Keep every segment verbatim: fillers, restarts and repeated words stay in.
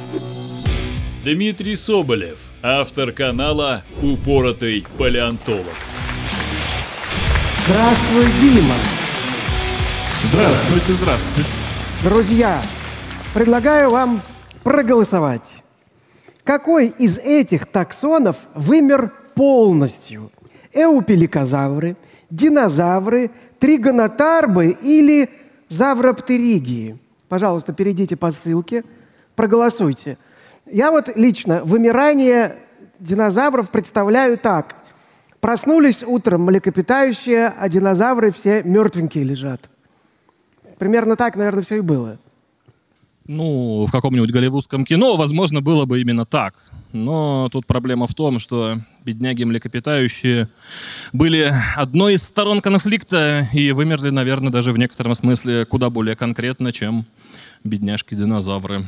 Дмитрий Соболев, автор канала «Упоротый палеонтолог». Здравствуй, Дима. Здравствуйте, здравствуйте. Друзья, предлагаю вам проголосовать. Какой из этих таксонов вымер полностью? Эупеликозавры, динозавры, тригонотарбы или завроптеригии? Пожалуйста, перейдите по ссылке, проголосуйте. Я вот лично вымирание динозавров представляю так. Проснулись утром млекопитающие, а динозавры все мертвенькие лежат. Примерно так, наверное, все и было. Ну, в каком-нибудь голливудском кино, возможно, было бы именно так. Но тут проблема в том, что бедняги млекопитающие были одной из сторон конфликта и вымерли, наверное, даже в некотором смысле куда более конкретно, чем бедняжки-динозавры.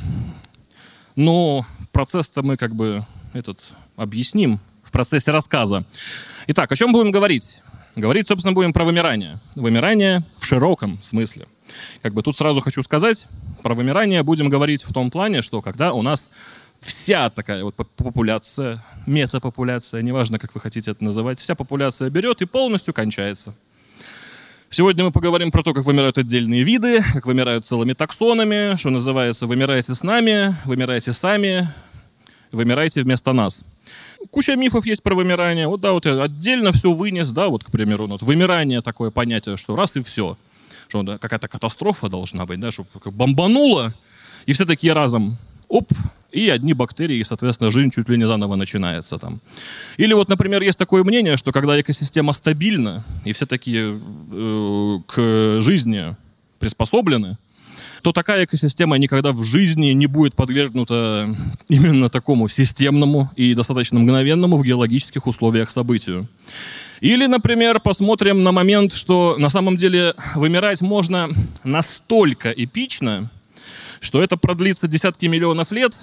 Но процесс-то мы как бы этот объясним в процессе рассказа. Итак, о чем будем говорить? Говорить, собственно, будем про вымирание. Вымирание в широком смысле. Как бы тут сразу хочу сказать, про вымирание будем говорить в том плане, что когда у нас вся такая вот популяция, метапопуляция, неважно, как вы хотите это называть, вся популяция берет и полностью кончается. Сегодня мы поговорим про то, как вымирают отдельные виды, как вымирают целыми таксонами, что называется, вымирайте с нами, вымирайте сами, вымирайте вместо нас. Куча мифов есть про вымирание. Вот да, вот я отдельно все вынес, да, вот, к примеру, вот, вымирание такое понятие, что раз и все. Что да, какая-то катастрофа должна быть, да, чтобы бомбануло, и все такие разом, оп, и одни бактерии, и, соответственно, жизнь чуть ли не заново начинается там. Или вот, например, есть такое мнение, что когда экосистема стабильна, и все такие э, к жизни приспособлены, то такая экосистема никогда в жизни не будет подвергнута именно такому системному и достаточно мгновенному в геологических условиях событию. Или, например, посмотрим на момент, что на самом деле вымирать можно настолько эпично, что это продлится десятки миллионов лет.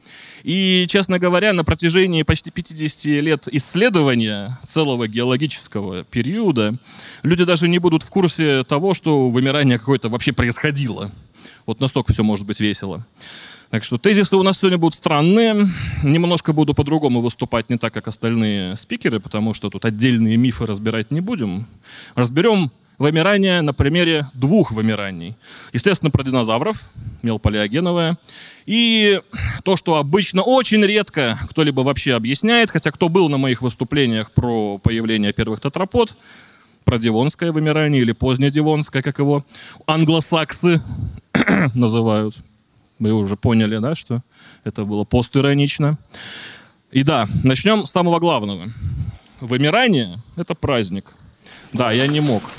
И, честно говоря, на протяжении почти пятидесяти лет исследования целого геологического периода люди даже не будут в курсе того, что вымирание какое-то вообще происходило. Вот настолько все может быть весело. Так что тезисы у нас сегодня будут странные. Немножко буду по-другому выступать, не так, как остальные спикеры, потому что тут отдельные мифы разбирать не будем. Разберем вымирание на примере двух вымираний. Естественно, про динозавров, мелполиогеновое. И то, что обычно очень редко кто-либо вообще объясняет, хотя кто был на моих выступлениях про появление первых тетрапод, про девонское вымирание или позднедевонское, как его англосаксы называют. Вы уже поняли, да, что это было постиронично. И да, начнем с самого главного. Вымирание — это праздник. Да, я не мог.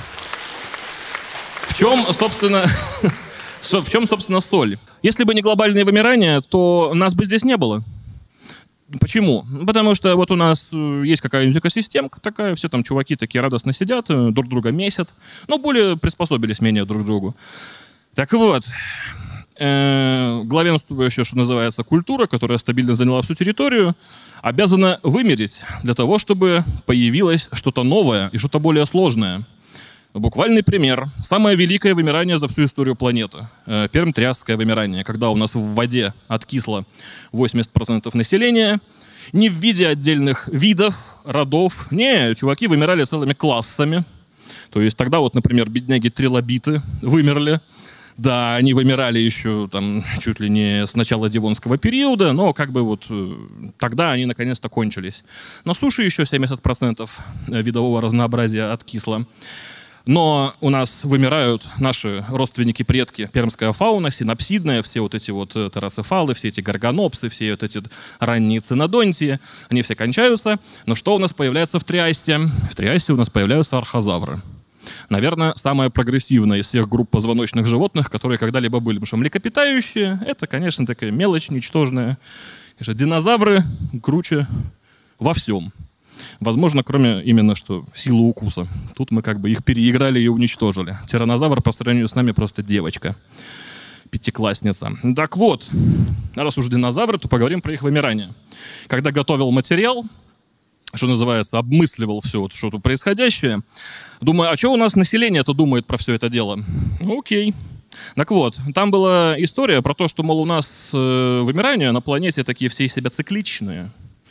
В чем, собственно, в чем, собственно, соль? Если бы не глобальное вымирание, то нас бы здесь не было. Почему? Потому что вот у нас есть какая-нибудь экосистемка такая, все там чуваки такие радостно сидят, друг друга месят, но более приспособились менее друг к другу. Так вот, э, главенствующая, что называется, культура, которая стабильно заняла всю территорию, обязана вымереть для того, чтобы появилось что-то новое и что-то более сложное. Буквальный пример. Самое великое вымирание за всю историю планеты. Э, Перм-Триасское вымирание, когда у нас в воде откисло восемьдесят процентов населения. Не в виде отдельных видов, родов. Не, чуваки вымирали целыми классами. То есть тогда вот, например, бедняги-трилобиты вымерли. Да, они вымирали еще там чуть ли не с начала девонского периода, но как бы вот тогда они наконец-то кончились. На суше еще семьдесят процентов видового разнообразия откисло. Но у нас вымирают наши родственники-предки, пермская фауна, синапсидная, все вот эти вот террацефалы, все эти горгонопсы, все вот эти ранние цинодонтии, они все кончаются. Но что у нас появляется в Триасе? В Триасе у нас появляются архозавры. Наверное, самая прогрессивная из всех групп позвоночных животных, которые когда-либо были. Потому что млекопитающие — это, конечно, такая мелочь ничтожная. Конечно, динозавры круче во всем. Возможно, кроме именно что силы укуса. Тут мы как бы их переиграли и уничтожили. Тираннозавр по сравнению с нами просто девочка. Пятиклассница. Так вот, раз уж динозавры, то поговорим про их вымирание. Когда готовил материал, что называется, обмысливал все вот, что тут происходящее, думаю, а что у нас население-то думает про все это дело? Ну, окей. Так вот, там была история про то, что, мол, у нас э, вымирания на планете такие все из себя цикличные.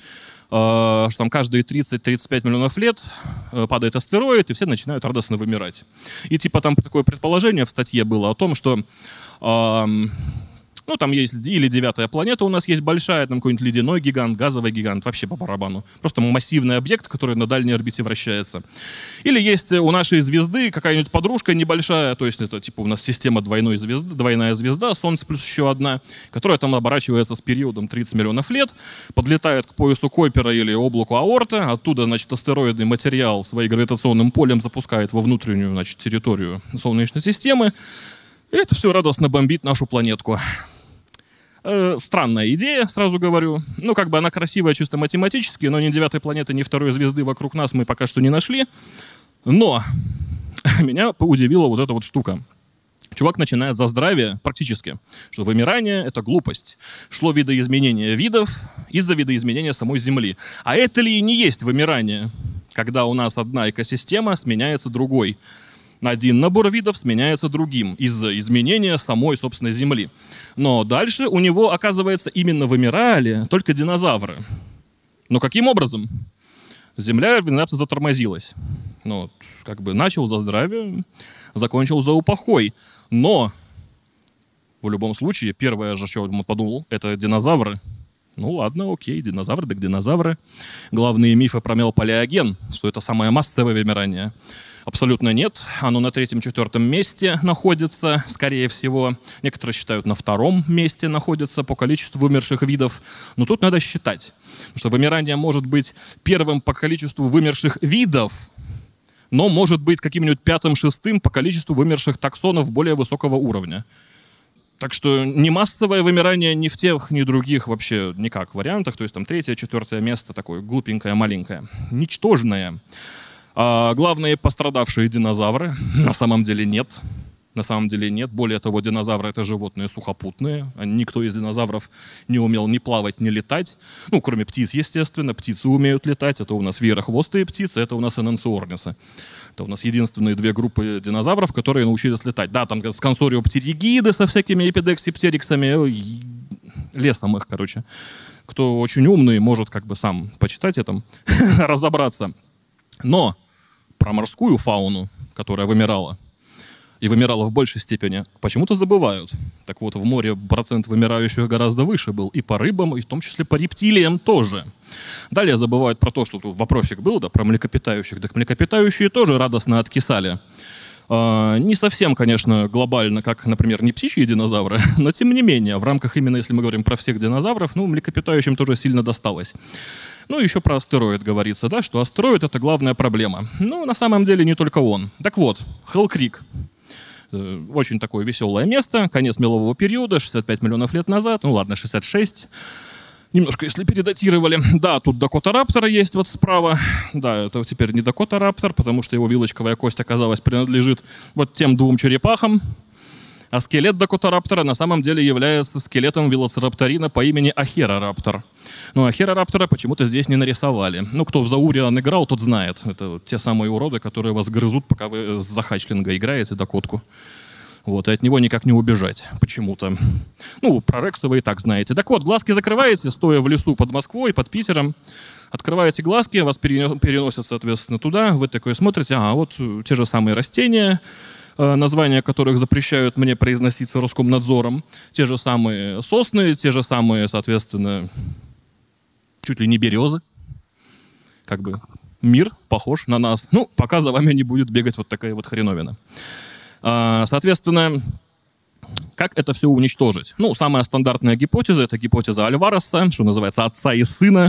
Э, что там каждые тридцать-тридцать пять миллионов лет э, падает астероид, и все начинают радостно вымирать. И типа там такое предположение в статье было о том, что... Э, Ну, там есть или девятая планета у нас есть большая, там какой-нибудь ледяной гигант, газовый гигант, вообще по барабану. Просто массивный объект, который на дальней орбите вращается. Или есть у нашей звезды какая-нибудь подружка небольшая, то есть это типа у нас система двойной звезды, двойная звезда, Солнце плюс еще одна, которая там оборачивается с периодом тридцать миллионов лет, подлетает к поясу Койпера или облаку Аорта, оттуда, значит, астероидный материал своим гравитационным полем запускает во внутреннюю, значит, территорию Солнечной системы, и это все радостно бомбит нашу планетку. Странная идея, сразу говорю. Ну, как бы она красивая чисто математически, но ни девятой планеты, ни второй звезды вокруг нас мы пока что не нашли. Но меня удивила вот эта вот штука. Чувак начинает за здравие практически, что вымирание — это глупость. Шло видоизменение видов из-за видоизменения самой Земли. А это ли и не есть вымирание, когда у нас одна экосистема сменяется другой? Один набор видов сменяется другим из-за изменения самой, собственно, Земли. Но дальше у него, оказывается, именно вымирали только динозавры. Но каким образом? Земля внезапно затормозилась. Ну, как бы начал за здравие, закончил за упокой. Но в любом случае, первое же, что он подумал, это динозавры. Ну ладно, окей, динозавры, так динозавры. Главные мифы про мелполиоген, что это самое массовое вымирание. Абсолютно нет. Оно на третьем-четвертом месте находится, скорее всего. Некоторые считают, на втором месте находится по количеству вымерших видов. Но тут надо считать, что вымирание может быть первым по количеству вымерших видов, но может быть каким-нибудь пятым-шестым по количеству вымерших таксонов более высокого уровня. Так что не массовое вымирание ни в тех, ни в других вообще никак вариантах. То есть там третье, четвертое место такое глупенькое, маленькое, ничтожное. А главные пострадавшие динозавры на самом деле нет. На самом деле нет. Более того, динозавры — это животные сухопутные. Никто из динозавров не умел ни плавать, ни летать. Ну, кроме птиц, естественно. Птицы умеют летать. Это у нас веерохвостые птицы, это у нас энанциорнисы. Это у нас единственные две группы динозавров, которые научились летать. Да, там скансориоптеригиды со всякими эпидексиптериксами. Лесом их, короче. Кто очень умный, может как бы сам почитать этом, разобраться. Но про морскую фауну, которая вымирала, и вымирала в большей степени, почему-то забывают. Так вот, в море процент вымирающих гораздо выше был и по рыбам, и в том числе по рептилиям тоже. Далее забывают про то, что тут вопросик был, да, про млекопитающих. Так млекопитающие тоже радостно откисали. Uh, не совсем, конечно, глобально, как, например, не птичьи динозавры, но тем не менее, в рамках именно, если мы говорим про всех динозавров, ну, млекопитающим тоже сильно досталось. Ну, еще про астероид говорится, да, что астероид — это главная проблема. Ну, на самом деле, не только он. Так вот, Хелл-Крик. Uh, очень такое веселое место, конец мелового периода, шестьдесят пять миллионов лет назад, ну ладно, шестьдесят шесть. Немножко, если передатировали. Да, тут Дакота Раптора есть вот справа. Да, это теперь не Дакота Раптор, потому что его вилочковая кость, оказалась, принадлежит вот тем двум черепахам. А скелет Дакота Раптора на самом деле является скелетом велоцирапторина по имени Ахерораптор. Но Ахерораптора почему-то здесь не нарисовали. Ну, кто в Зауриан играл, тот знает. Это вот те самые уроды, которые вас грызут, пока вы с Захачлинга играете Дакотку. Вот, и от него никак не убежать почему-то. Ну, про Рекса вы и так знаете. Так вот, глазки закрываете, стоя в лесу под Москвой, под Питером. Открываете глазки, вас переносят, соответственно, туда. Вы такое смотрите, а вот те же самые растения, названия которых запрещают мне произноситься Роскомнадзором. Те же самые сосны, те же самые, соответственно, чуть ли не березы. Как бы мир похож на нас. Ну, пока за вами не будет бегать вот такая вот хреновина. Соответственно, как это все уничтожить? Ну, самая стандартная гипотеза — это гипотеза Альвареса, что называется, отца и сына.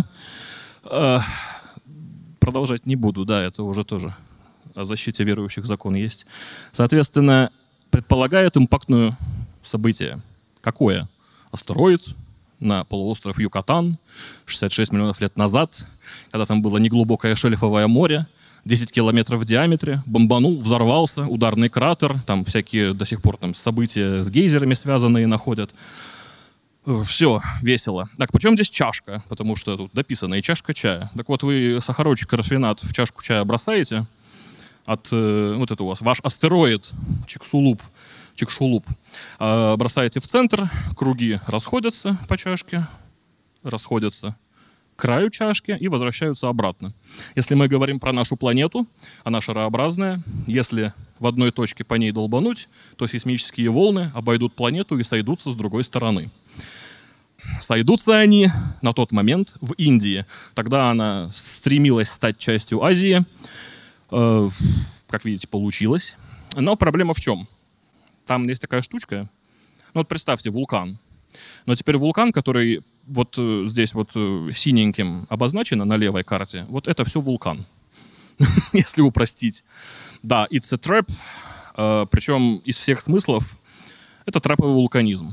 Продолжать не буду, да, это уже тоже о защите верующих закон есть. Соответственно, предполагает импактное событие. Какое? Астероид на полуостров Юкатан шестьдесят шесть миллионов лет назад, когда там было неглубокое шельфовое море, десять километров в диаметре, бомбанул, взорвался, ударный кратер, там всякие до сих пор там события с гейзерами связанные находят. Все, весело. Так, почем здесь чашка? Потому что тут дописано и чашка чая. Так вот, вы сахарочек и рафинат в чашку чая бросаете, от, вот это у вас, ваш астероид Чиксулуп, чикшулуп. Э, бросаете в центр, круги расходятся по чашке, расходятся к краю чашки и возвращаются обратно. Если мы говорим про нашу планету, она шарообразная, если в одной точке по ней долбануть, то сейсмические волны обойдут планету и сойдутся с другой стороны. Сойдутся они на тот момент в Индии. Тогда она стремилась стать частью Азии. Э, как видите, получилось. Но проблема в чем? Там есть такая штучка. Ну вот представьте, вулкан. Но теперь вулкан, который вот э, здесь вот э, синеньким обозначено на левой карте, вот это все вулкан. Если упростить. Да, it's a trap. Э, причем из всех смыслов это траповый вулканизм,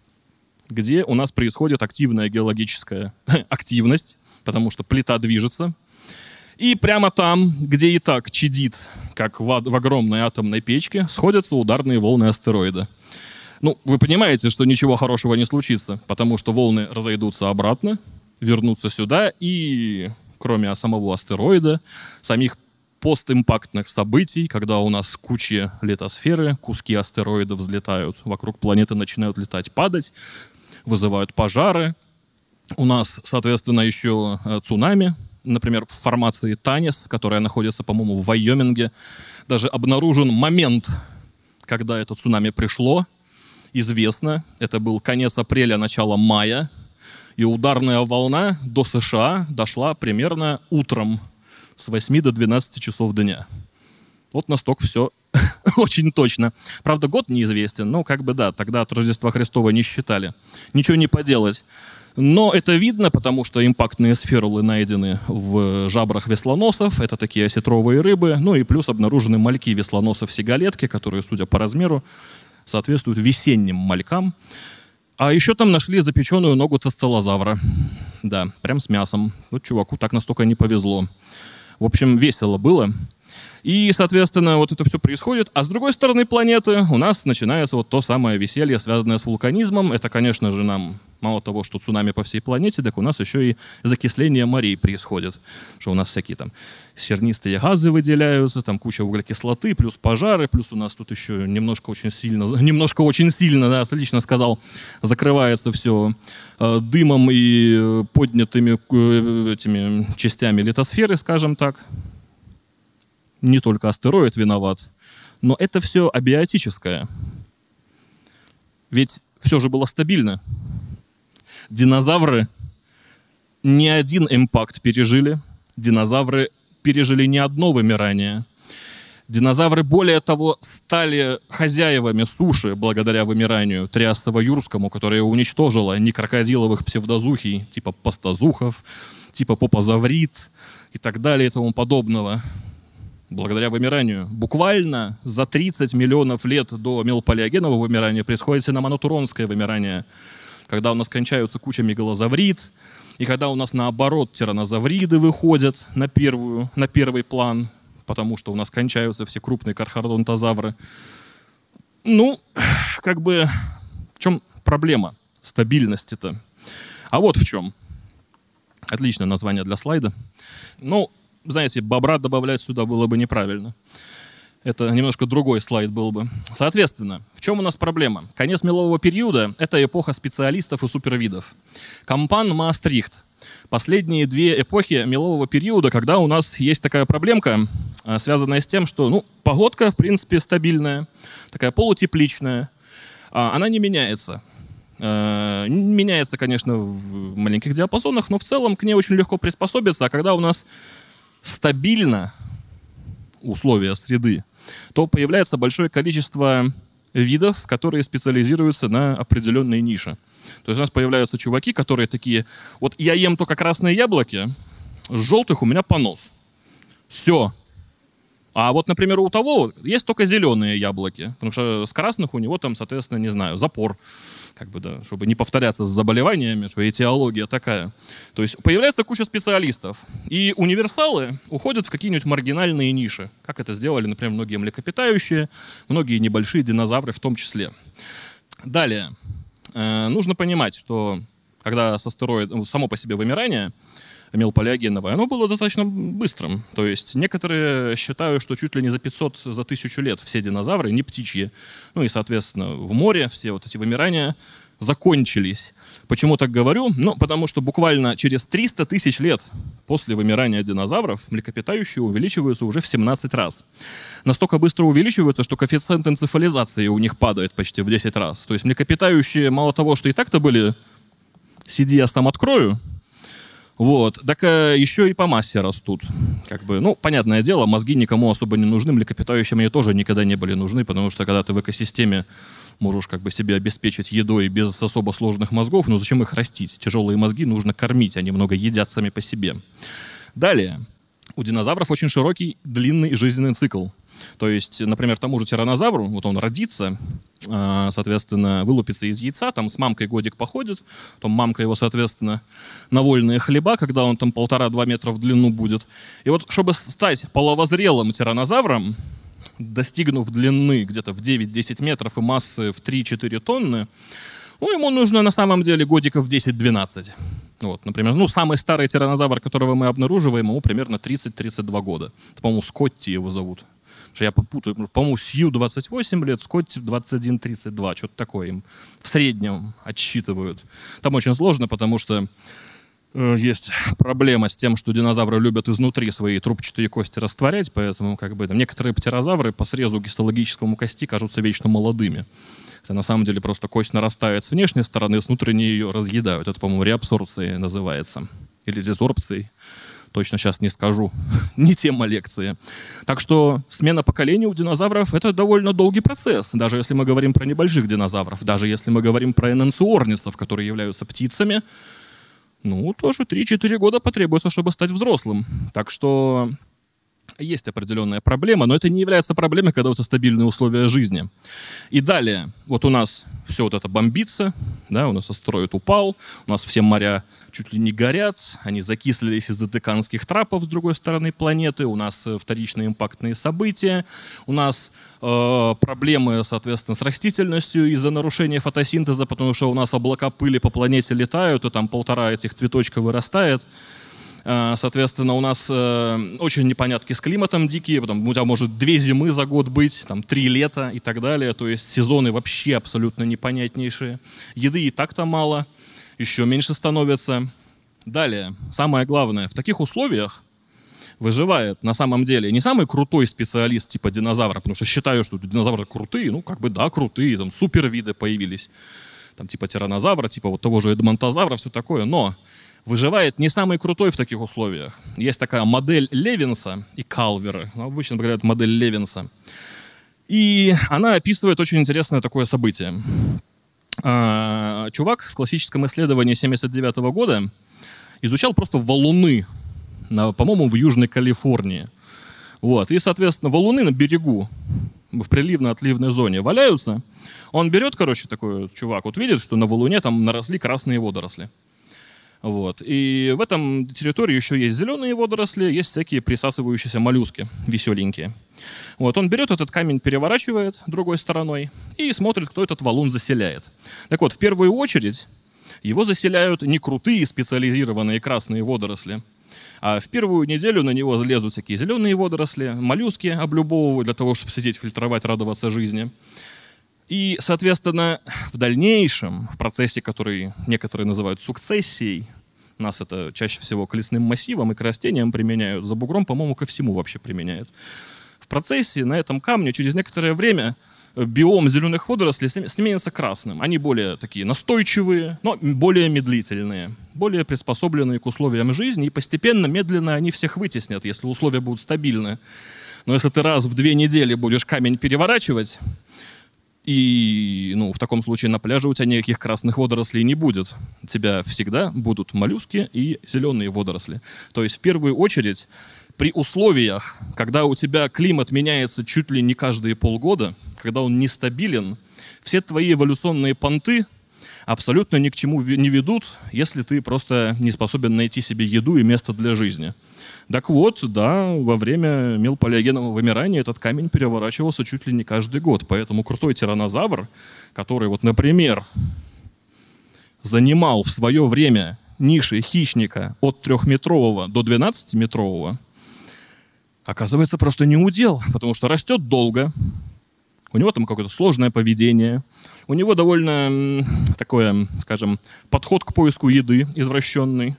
где у нас происходит активная геологическая активность, потому что плита движется. И прямо там, где и так чадит, как в, в огромной атомной печке, сходятся ударные волны астероида. Ну, вы понимаете, что ничего хорошего не случится, потому что волны разойдутся обратно, вернутся сюда, и кроме самого астероида, самих постимпактных событий, когда у нас куча литосферы, куски астероидов взлетают, вокруг планеты начинают летать, падать, вызывают пожары. У нас, соответственно, еще цунами, например, в формации Танис, которая находится, по-моему, в Вайоминге. Даже обнаружен момент, когда это цунами пришло. Известно, это был конец апреля, начало мая. И ударная волна до США дошла примерно утром с восьми до двенадцати часов дня. Вот настолько все очень точно. Правда, год неизвестен, но как бы да, тогда от Рождества Христова не считали. Ничего не поделать. Но это видно, потому что импактные сферулы найдены в жабрах веслоносов. Это такие осетровые рыбы. Ну и плюс обнаружены мальки веслоносов-сигалетки, которые, судя по размеру, соответствуют весенним малькам. А еще там нашли запеченную ногу тостелозавра. Да, прям с мясом. Вот чуваку так настолько не повезло. В общем, весело было. И, соответственно, вот это все происходит. А с другой стороны планеты у нас начинается вот то самое веселье, связанное с вулканизмом. Это, конечно же, нам мало того, что цунами по всей планете, так у нас еще и закисление морей происходит. Что у нас всякие там сернистые газы выделяются, там куча углекислоты, плюс пожары, плюс у нас тут еще немножко очень сильно, немножко очень сильно, да, отлично сказал, закрывается все э, дымом и поднятыми э, этими частями литосферы, скажем так. Не только астероид виноват, но это все абиотическое. Ведь все же было стабильно. Динозавры не один импакт пережили. Динозавры пережили не одно вымирание. Динозавры, более того, стали хозяевами суши благодаря вымиранию Триасово-Юрскому, которое уничтожило не крокодиловых псевдозухий, типа пастозухов, типа попозаврит и так далее и тому подобного. Благодаря вымиранию. Буквально за тридцать миллионов лет до мелпалеогенового вымирания происходит синомонотуронское вымирание, когда у нас кончаются куча мегалозаврид, и когда у нас наоборот тиранозавриды выходят на, первую, на первый план, потому что у нас кончаются все крупные кархародонтозавры. Ну, как бы, в чем проблема стабильности-то? А вот в чем. Отличное название для слайда. Ну, знаете, бобра добавлять сюда было бы неправильно. Это немножко другой слайд был бы. Соответственно, в чем у нас проблема? Конец мелового периода — это эпоха специалистов и супервидов. Кампан, Маастрихт. Последние две эпохи мелового периода, когда у нас есть такая проблемка, связанная с тем, что ну, погодка, в принципе, стабильная, такая полутепличная, она не меняется. Меняется, конечно, в маленьких диапазонах, но в целом к ней очень легко приспособиться. А когда у нас стабильно условия среды, то появляется большое количество видов, которые специализируются на определенной нише. То есть у нас появляются чуваки, которые такие, вот я ем только красные яблоки, с желтых у меня понос. Все. А вот, например, у того есть только зеленые яблоки, потому что с красных у него там, соответственно, не знаю, запор, как бы, да, чтобы не повторяться с заболеваниями, что этиология такая. То есть появляется куча специалистов, и универсалы уходят в какие-нибудь маргинальные ниши, как это сделали, например, многие млекопитающие, многие небольшие динозавры в том числе. Далее, э, нужно понимать, что когда с астероидом, само по себе вымирание, мелполиогеновое, оно было достаточно быстрым. То есть некоторые считают, что чуть ли не за пятьсот, за тысячу лет все динозавры, не птичьи, ну и, соответственно, в море все вот эти вымирания закончились. Почему так говорю? Ну, потому что буквально через триста тысяч лет после вымирания динозавров млекопитающие увеличиваются уже в семнадцать раз. Настолько быстро увеличиваются, что коэффициент энцефализации у них падает почти в десять раз. То есть млекопитающие мало того, что и так-то были «сиди, я сам открою», вот, так а, еще и по массе растут. Как бы, ну, понятное дело, мозги никому особо не нужны, млекопитающим они тоже никогда не были нужны, потому что когда ты в экосистеме можешь как бы себе обеспечить едой без особо сложных мозгов, ну зачем их растить? Тяжелые мозги нужно кормить, они много едят сами по себе. Далее, у динозавров очень широкий, длинный жизненный цикл. То есть, например, тому же тираннозавру, вот он родится, соответственно, вылупится из яйца, там с мамкой годик походит, потом мамка его, соответственно, на вольные хлеба, когда он там полтора-два метра в длину будет. И вот, чтобы стать половозрелым тираннозавром, достигнув длины где-то в девять-десять метров и массы в три-четыре тонны, ну, ему нужно на самом деле годиков десять-двенадцать. Вот, например, ну, самый старый тираннозавр, которого мы обнаруживаем, ему примерно тридцать-тридцать два года. Это, по-моему, Скотти его зовут. Что я попутаю, по-моему, Сью двадцать восемь лет, Скотти двадцать один тридцать два, что-то такое им в среднем отсчитывают. Там очень сложно, потому что э, есть проблема с тем, что динозавры любят изнутри свои трубчатые кости растворять, поэтому как бы там некоторые птерозавры по срезу гистологическому кости кажутся вечно молодыми. Это на самом деле просто кость нарастает с внешней стороны, с внутренней ее разъедают. Это, по-моему, реабсорбцией называется. Или резорбцией. Точно сейчас не скажу. Не тема лекции. Так что смена поколений у динозавров — это довольно долгий процесс. Даже если мы говорим про небольших динозавров. Даже если мы говорим про энанциорнисов, которые являются птицами, ну, тоже три-четыре года потребуется, чтобы стать взрослым. Так что есть определенная проблема, но это не является проблемой, когда у тебя стабильные условия жизни. И далее, вот у нас все вот это бомбится, да, у нас астероид упал, у нас все моря чуть ли не горят, они закислились из-за деканских трапов с другой стороны планеты, у нас вторичные импактные события, у нас э, проблемы, соответственно, с растительностью из-за нарушения фотосинтеза, потому что у нас облака пыли по планете летают, и там полтора этих цветочка вырастает. Соответственно, у нас э, очень непонятки с климатом дикие, потом у тебя может две зимы за год быть, там три лета и так далее, то есть сезоны вообще абсолютно непонятнейшие. Еды и так-то мало, еще меньше становится. Далее, самое главное, в таких условиях выживает на самом деле не самый крутой специалист типа динозавра, потому что считаю, что динозавры крутые, ну как бы да, крутые, там супервиды появились, там типа тираннозавра, типа вот того же эдмонтозавра, все такое, но выживает не самый крутой в таких условиях. Есть такая модель Левинса и Калвера. Обычно говорят модель Левинса. И она описывает очень интересное такое событие. Чувак в классическом исследовании семьдесят девятого года изучал просто валуны, на, по-моему, в Южной Калифорнии. Вот. И, соответственно, валуны на берегу в приливно-отливной зоне валяются. Он берет, короче, такой чувак, вот видит, что на валуне там наросли красные водоросли. Вот. И в этом территории еще есть зеленые водоросли, есть всякие присасывающиеся моллюски, веселенькие. Вот. Он берет этот камень, переворачивает другой стороной и смотрит, кто этот валун заселяет. Так вот, в первую очередь его заселяют не крутые специализированные красные водоросли, а в первую неделю на него залезут всякие зеленые водоросли, моллюски облюбовывают для того, чтобы сидеть, фильтровать, радоваться жизни. И, соответственно, в дальнейшем, в процессе, который некоторые называют сукцессией, нас это чаще всего к лесным массивам и к растениям применяют, за бугром, по-моему, ко всему вообще применяют. В процессе на этом камне через некоторое время биом зеленых водорослей сменится красным. Они более такие настойчивые, но более медлительные, более приспособленные к условиям жизни, и постепенно, медленно они всех вытеснят, если условия будут стабильны. Но если ты раз в две недели будешь камень переворачивать, и ну, в таком случае на пляже у тебя никаких красных водорослей не будет. У тебя всегда будут моллюски и зеленые водоросли. То есть в первую очередь при условиях, когда у тебя климат меняется чуть ли не каждые полгода, когда он нестабилен, все твои эволюционные понты абсолютно ни к чему не ведут, если ты просто не способен найти себе еду и место для жизни. Так вот, да, во время мелполиогенового вымирания этот камень переворачивался чуть ли не каждый год. Поэтому крутой тираннозавр, который, вот, например, занимал в свое время ниши хищника от трехметрового до двенадцатиметрового оказывается просто не удел, потому что растет долго, у него там какое-то сложное поведение, у него довольно такой, скажем, подход к поиску еды извращенный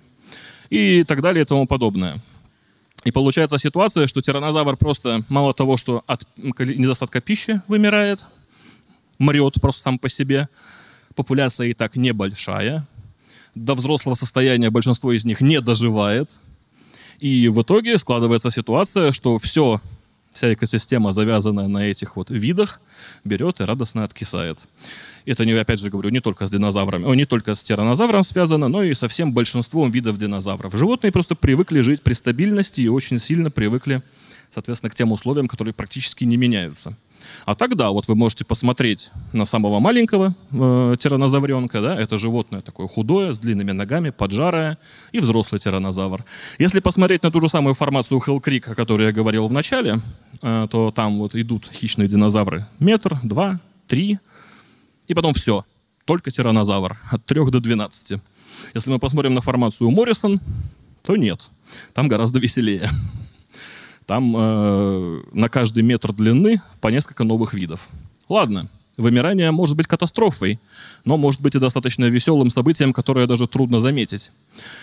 и так далее и тому подобное. И получается ситуация, что тираннозавр просто мало того, что от недостатка пищи вымирает, мрет просто сам по себе, популяция и так небольшая, до взрослого состояния большинство из них не доживает, и в итоге складывается ситуация, что все, вся экосистема, завязанная на этих вот видах, берет и радостно откисает. Это, не, опять же говорю, не только с динозаврами, о, не только с тираннозавром связано, но и со всем большинством видов динозавров. Животные просто привыкли жить при стабильности и очень сильно привыкли, соответственно, к тем условиям, которые практически не меняются. А тогда вот вы можете посмотреть на самого маленького э, тираннозавренка, да, это животное такое худое, с длинными ногами, поджарое, и взрослый тираннозавр. Если посмотреть на ту же самую формацию Hell Creek, о которой я говорил в начале, э, то там вот идут хищные динозавры метр, два, три, и потом все, только тираннозавр, от трех до двенадцати. Если мы посмотрим на формацию Моррисон, то нет, там гораздо веселее. Там э, на каждый метр длины по несколько новых видов. Ладно, вымирание может быть катастрофой, но может быть и достаточно веселым событием, которое даже трудно заметить.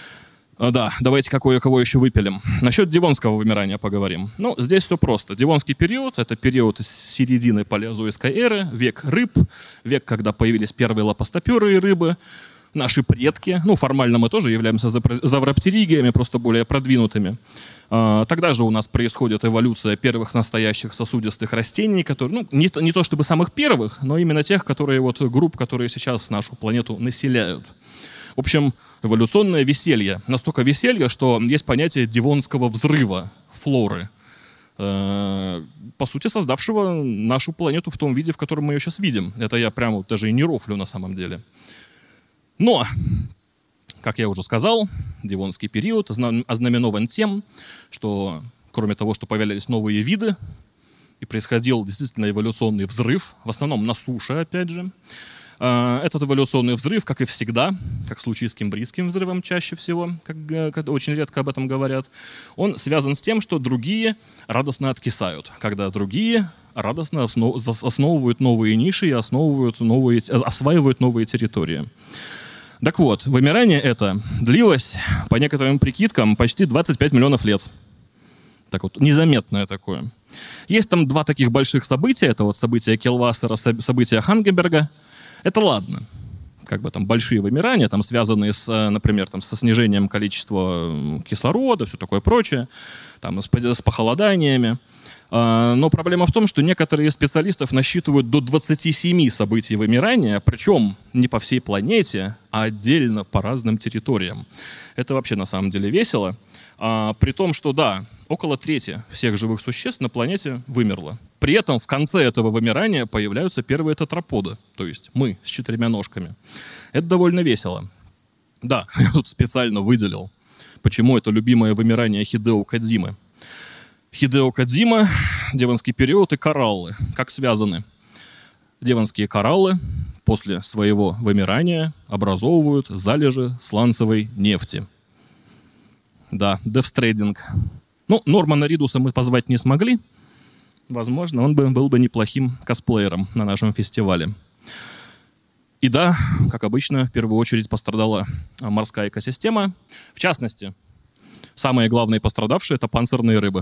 А, да, давайте какое кого еще выпилим. Насчет девонского вымирания поговорим. Ну, здесь все просто. Девонский период — это период с середины палеозойской эры, век рыб, век, когда появились первые лапостоперые рыбы. Наши предки, ну, формально мы тоже являемся завроптеригиями, просто более продвинутыми. Тогда же у нас происходит эволюция первых настоящих сосудистых растений, которые, ну, не то, не то чтобы самых первых, но именно тех, которые вот групп, которые сейчас нашу планету населяют. В общем, эволюционное веселье. Настолько веселье, что есть понятие девонского взрыва флоры, по сути, создавшего нашу планету в том виде, в котором мы ее сейчас видим. Это я прямо даже и не рофлю на самом деле. Но, как я уже сказал, девонский период ознаменован тем, что кроме того, что появлялись новые виды, и происходил действительно эволюционный взрыв, в основном на суше, опять же, этот эволюционный взрыв, как и всегда, как в случае с Кембрийским взрывом чаще всего, как очень редко об этом говорят, он связан с тем, что другие радостно откисают, когда другие радостно основывают новые ниши и основывают новые, осваивают новые территории. Так вот, вымирание это длилось, по некоторым прикидкам, почти двадцать пять миллионов лет. Так вот, незаметное такое. Есть там два таких больших события. Это вот события Келлвассера, события Хангенберга. Это ладно. Как бы там большие вымирания, там связанные, с, например, там, со снижением количества кислорода, все такое прочее, там, с, с похолоданиями. Но проблема в том, что некоторые специалисты насчитывают до двадцати семи событий вымирания, причем не по всей планете, а отдельно по разным территориям. Это вообще на самом деле весело. А, при том, что да, около трети всех живых существ на планете вымерло. При этом в конце этого вымирания появляются первые тетраподы, то есть мы с четырьмя ножками. Это довольно весело. Да, я тут специально выделил, почему это любимое вымирание Хидео Кодзимы. Хидео Кодзима, девонский период и кораллы. Как связаны? Девонские кораллы после своего вымирания образовывают залежи сланцевой нефти. Да, дефстрейдинг. Ну, Нормана Ридуса мы позвать не смогли. Возможно, он бы, был бы неплохим косплеером на нашем фестивале. И да, как обычно, в первую очередь пострадала морская экосистема. В частности, самые главные пострадавшие — это панцирные рыбы.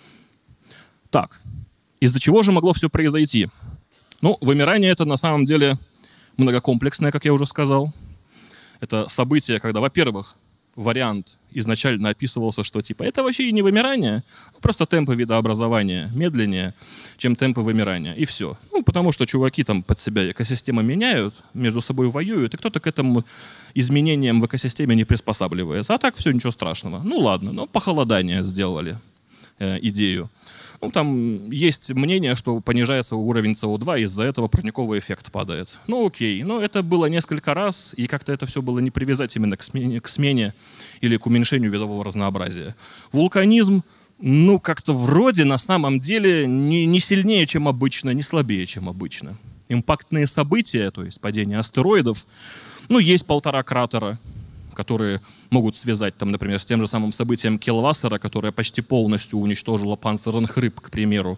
Так, из-за чего же могло все произойти? Ну, вымирание это на самом деле многокомплексное, как я уже сказал. Это событие, когда, во-первых, вариант изначально описывался, что типа это вообще и не вымирание, просто темпы видообразования медленнее, чем темпы вымирания, и все. Ну, потому что чуваки там под себя экосистемы меняют, между собой воюют, и кто-то к этому изменениям в экосистеме не приспосабливается. А так все, ничего страшного. Ну ладно, ну похолодание сделали э, идею. Ну, там есть мнение, что понижается уровень С О два, из-за этого парниковый эффект падает. Ну, окей. Но это было несколько раз, и как-то это все было не привязать именно к смене, к смене или к уменьшению видового разнообразия. Вулканизм, ну, как-то вроде на самом деле не, не сильнее, чем обычно, не слабее, чем обычно. Импактные события, то есть падение астероидов, ну, есть полтора кратера, которые могут связать, там, например, с тем же самым событием Келвассера, которое почти полностью уничтожило панцирных рыб, к примеру.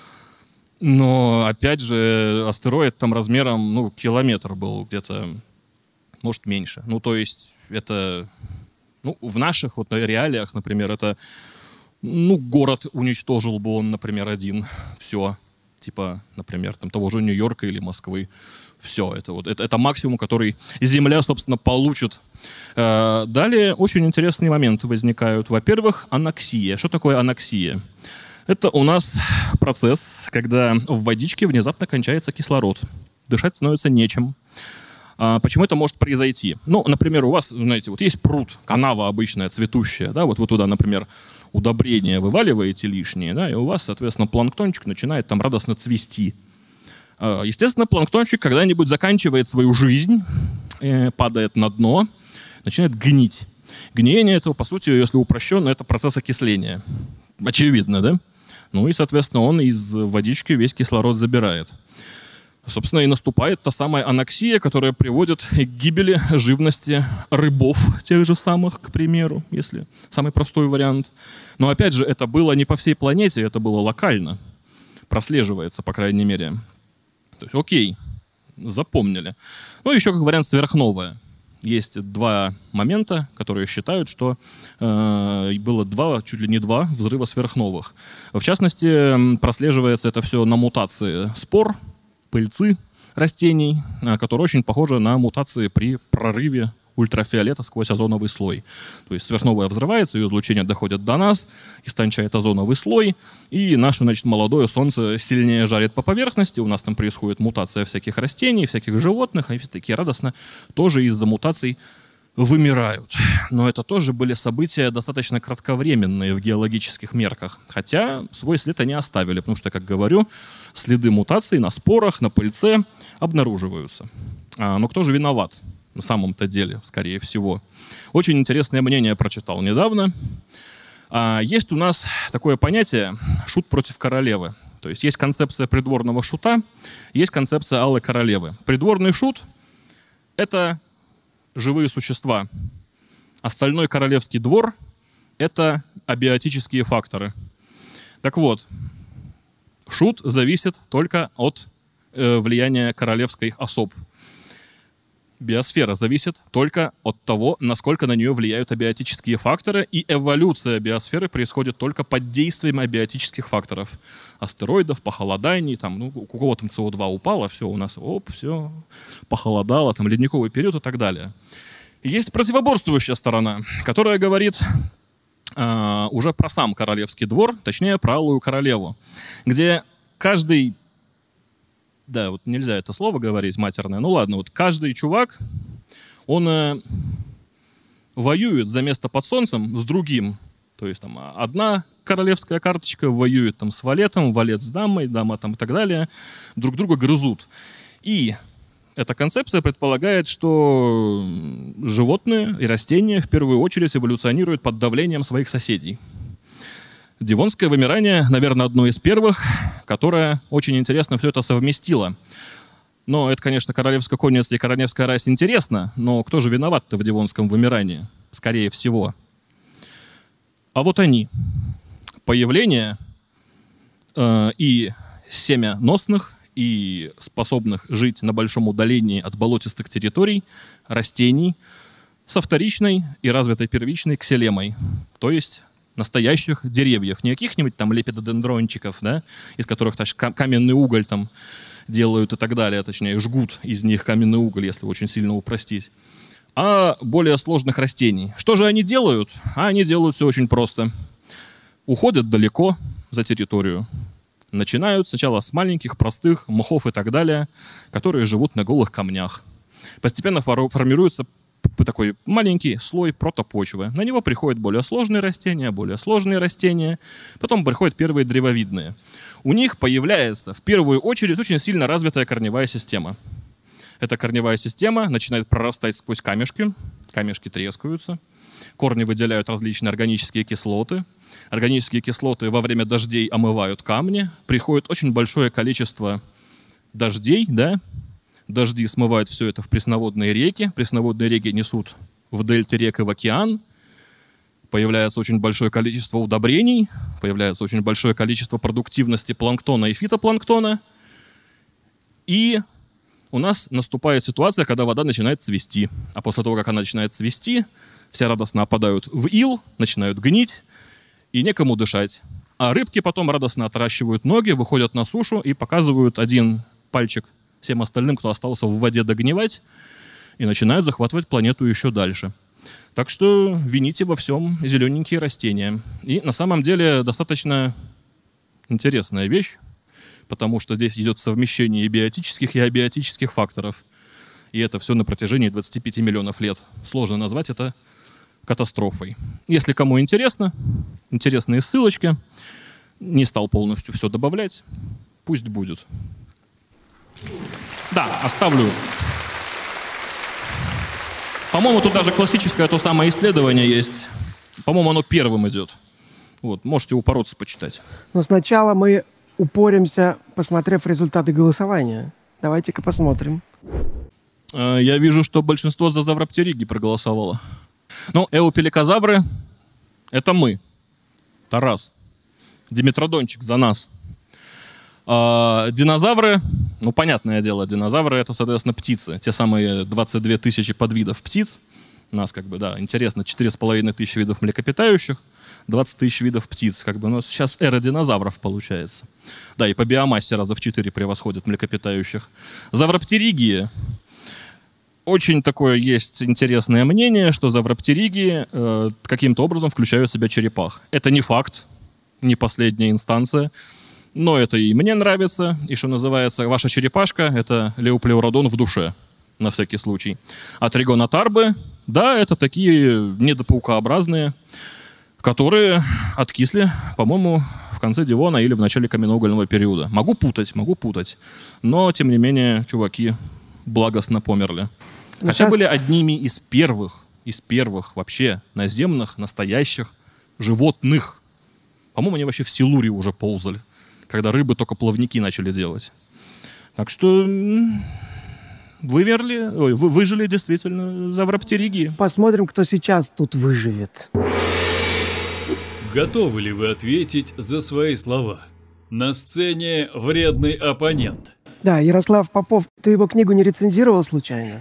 Но, опять же, астероид там размером, ну, километр был где-то, может, меньше. Ну, то есть это, ну, в наших вот реалиях, например, это, ну, город уничтожил бы он, например, один. Все. Типа, например, там того же Нью-Йорка или Москвы. Все, это вот это, это максимум, который Земля, собственно, получит. Э, далее очень интересные моменты возникают. Во-первых, аноксия. Что такое аноксия? Это у нас процесс, когда в водичке внезапно кончается кислород. Дышать становится нечем. А почему это может произойти? Ну, например, у вас, знаете, вот есть пруд, канава обычная, цветущая, да, вот вы туда, например, удобрения вываливаете лишние, да, и у вас, соответственно, планктончик начинает там радостно цвести. Естественно, планктончик когда-нибудь заканчивает свою жизнь, падает на дно, начинает гнить. Гниение этого, по сути, если упрощенно, это процесс окисления. Очевидно, да? Ну и, соответственно, он из водички весь кислород забирает. Собственно, и наступает та самая аноксия, которая приводит к гибели живности рыбов, тех же самых, к примеру, если самый простой вариант. Но, опять же, это было не по всей планете, это было локально. Прослеживается, по крайней мере. То есть, окей, запомнили. Ну, еще как вариант сверхновая. Есть два момента, которые считают, что э, было два, чуть ли не два взрыва сверхновых. В частности, прослеживается это все на мутации спор, пыльцы растений, которые очень похожи на мутации при прорыве ультрафиолета сквозь озоновый слой. То есть сверхновая взрывается, ее излучение доходит до нас, истончает озоновый слой, и наше, значит, молодое Солнце сильнее жарит по поверхности, у нас там происходит мутация всяких растений, всяких животных, и все такие радостно тоже из-за мутаций вымирают. Но это тоже были события достаточно кратковременные в геологических мерках, хотя свой след они оставили, потому что, как говорю, следы мутаций на спорах, на пыльце обнаруживаются. А, но кто же виноват? На самом-то деле, скорее всего. Очень интересное мнение я прочитал недавно. А, есть у нас такое понятие «шут против королевы». То есть есть концепция придворного шута, есть концепция алой королевы. Придворный шут — это живые существа. Остальной королевский двор — это абиотические факторы. Так вот, шут зависит только от э, влияния королевских особ. Биосфера зависит только от того, насколько на нее влияют абиотические факторы, и эволюция биосферы происходит только под действием абиотических факторов. Астероидов, похолоданий, там, ну, у кого там С О два упало, все, у нас, оп, все, похолодало, там, ледниковый период и так далее. Есть противоборствующая сторона, которая говорит э, уже про сам королевский двор, точнее, про алую королеву, где каждый... Да, вот нельзя это слово говорить матерное. Ну ладно, вот каждый чувак, он э, воюет за место под солнцем с другим. То есть там одна королевская карточка воюет там с валетом, валет с дамой, дама там и так далее. Друг друга грызут. И эта концепция предполагает, что животные и растения в первую очередь эволюционируют под давлением своих соседей. Девонское вымирание, наверное, одно из первых, которое очень интересно все это совместило. Но это, конечно, королевская конница и королевская рась интересно, но кто же виноват-то в Девонском вымирании? Скорее всего. А вот они. Появление э, и семяносных, и способных жить на большом удалении от болотистых территорий растений со вторичной и развитой первичной ксилемой, то есть настоящих деревьев, не каких-нибудь там лепидодендрончиков, да, из которых так, каменный уголь там делают и так далее, точнее, жгут из них каменный уголь, если очень сильно упростить, а более сложных растений. Что же они делают? А они делают все очень просто. Уходят далеко за территорию. Начинают сначала с маленьких, простых мхов и так далее, которые живут на голых камнях. Постепенно формируется такой маленький слой протопочвы. На него приходят более сложные растения, более сложные растения. Потом приходят первые древовидные. У них появляется в первую очередь очень сильно развитая корневая система. Эта корневая система начинает прорастать сквозь камешки. Камешки трескаются. Корни выделяют различные органические кислоты. Органические кислоты во время дождей омывают камни. Приходит очень большое количество дождей, да? Дожди смывают все это в пресноводные реки. Пресноводные реки несут в дельте рек и в океан, появляется очень большое количество удобрений, появляется очень большое количество продуктивности планктона и фитопланктона, и у нас наступает ситуация, когда вода начинает цвести. А после того, как она начинает цвести, все радостно опадают в ил, начинают гнить, и некому дышать. А рыбки потом радостно отращивают ноги, выходят на сушу и показывают один пальчик всем остальным, кто остался в воде догнивать, и начинают захватывать планету еще дальше. Так что вините во всем зелененькие растения. И на самом деле достаточно интересная вещь, потому что здесь идет совмещение и биотических, и абиотических факторов. И это все на протяжении двадцати пяти миллионов лет. Сложно назвать это катастрофой. Если кому интересно, интересные ссылочки, не стал полностью все добавлять, пусть будет. Да, оставлю. По-моему, тут даже классическое то самое исследование есть. По-моему, оно первым идет. Вот, можете упороться почитать. Но сначала мы упоримся, посмотрев результаты голосования. Давайте-ка посмотрим. Я вижу, что большинство за завроптериги проголосовало. Ну, эупеликозавры — это мы. Тарас. Диметродончик за нас. А динозавры, ну, понятное дело, динозавры — это, соответственно, птицы. Те самые двадцать две тысячи подвидов птиц. У нас, как бы, да, интересно, четыре с половиной тысячи видов млекопитающих, двадцать тысяч видов птиц. Как бы у нас сейчас эра динозавров получается. Да, и по биомассе раза в четыре превосходят млекопитающих. Завроптериги. Очень такое есть интересное мнение, что завроптериги э, каким-то образом включают в себя черепах. Это не факт, не последняя инстанция, но это и мне нравится, и, что называется, ваша черепашка — это леоплеуродон в душе, на всякий случай. А тригонотарбы, да, это такие недопаукообразные, которые откисли, по-моему, в конце Девона или в начале каменноугольного периода. Могу путать, могу путать, но, тем не менее, чуваки благостно померли. Ну, Хотя сейчас... были одними из первых, из первых вообще наземных, настоящих животных. По-моему, они вообще в Силурии уже ползали, когда рыбы только плавники начали делать. Так что вымерли, ой, вы, выжили действительно завроптериги. Посмотрим, кто сейчас тут выживет. Готовы ли вы ответить за свои слова? На сцене вредный оппонент. Да, Ярослав Попов, ты его книгу не рецензировал случайно?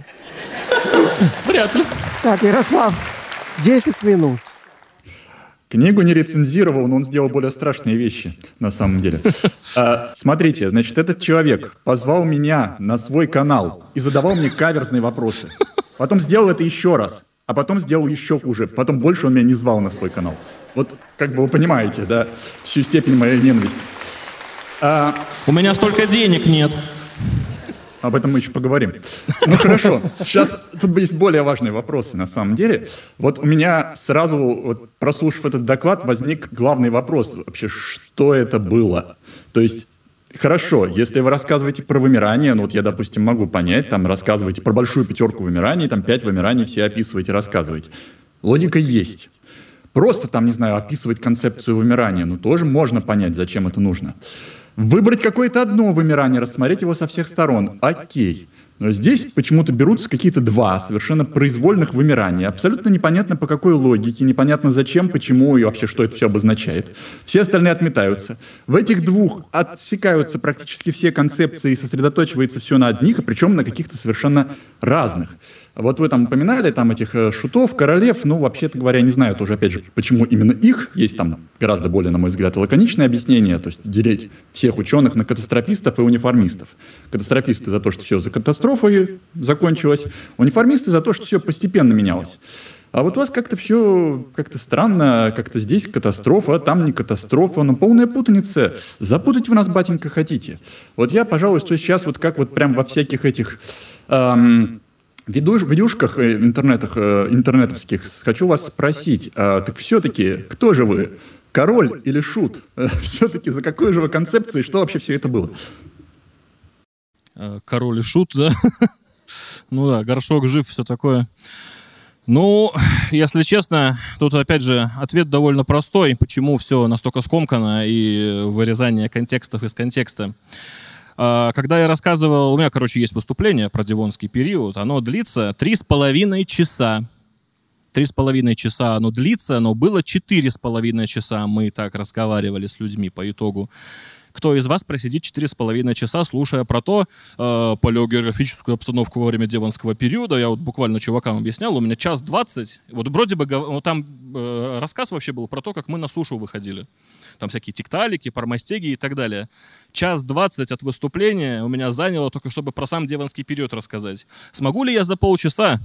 Вряд ли. Так, Ярослав, десять минут. Книгу не рецензировал, но он сделал более страшные вещи, на самом деле. А, смотрите, значит, этот человек позвал меня на свой канал и задавал мне каверзные вопросы. Потом сделал это еще раз, а потом сделал еще хуже. Потом больше он меня не звал на свой канал. Вот, как бы вы понимаете, да, всю степень моей ненависти. А... У меня столько денег нет. Об этом мы еще поговорим. Ну хорошо, сейчас тут есть более важные вопросы на самом деле. Вот у меня сразу, вот, прослушав этот доклад, возник главный вопрос вообще, что это было? То есть, хорошо, если вы рассказываете про вымирание, ну вот я, допустим, могу понять, там рассказываете про большую пятерку вымираний, там пять вымираний все описываете, рассказываете. Логика есть. Просто там, не знаю, описывать концепцию вымирания, ну тоже можно понять, зачем это нужно. Выбрать какое-то одно вымирание, рассмотреть его со всех сторон. Окей. Но здесь почему-то берутся какие-то два совершенно произвольных вымирания. Абсолютно непонятно по какой логике, непонятно зачем, почему и вообще что это все обозначает. Все остальные отметаются. В этих двух отсекаются практически все концепции и сосредоточивается все на одних, а причем на каких-то совершенно разных. Вот вы там упоминали там этих шутов, королев, ну, вообще-то говоря, не знаю тоже, опять же, почему именно их. Есть там гораздо более, на мой взгляд, лаконичное объяснение, то есть делить всех ученых на катастрофистов и униформистов. Катастрофисты за то, что все за катастрофой закончилось, униформисты за то, что все постепенно менялось. А вот у вас как-то все как-то странно, как-то здесь катастрофа, а там не катастрофа, но полная путаница. Запутать вы нас, батенька, хотите. Вот я, пожалуй, что сейчас вот как вот прям во всяких этих... Эм, В видюшках интернетах, интернетовских хочу вас спросить, а, так все-таки кто же вы, король или шут? Все-таки за какой же вы концепцией, что вообще все это было? Король и шут, да? Ну да, горшок жив, все такое. Ну, если честно, тут опять же ответ довольно простой, почему все настолько скомкано и вырезание контекстов из контекста. Когда я рассказывал, у меня, короче, есть выступление про Девонский период, оно длится три с половиной часа. три с половиной часа оно длится, но было четыре с половиной часа. Мы так разговаривали с людьми по итогу. Кто из вас просидит четыре с половиной часа, слушая про то, э, палеогеографическую обстановку во время Девонского периода? Я вот буквально чувакам объяснял, у меня час двадцать. Вот вроде бы ну, там э, рассказ вообще был про то, как мы на сушу выходили. Там всякие тикталики, пармастеги и так далее. Час двадцать от выступления у меня заняло только, чтобы про сам Девонский период рассказать. Смогу ли я за полчаса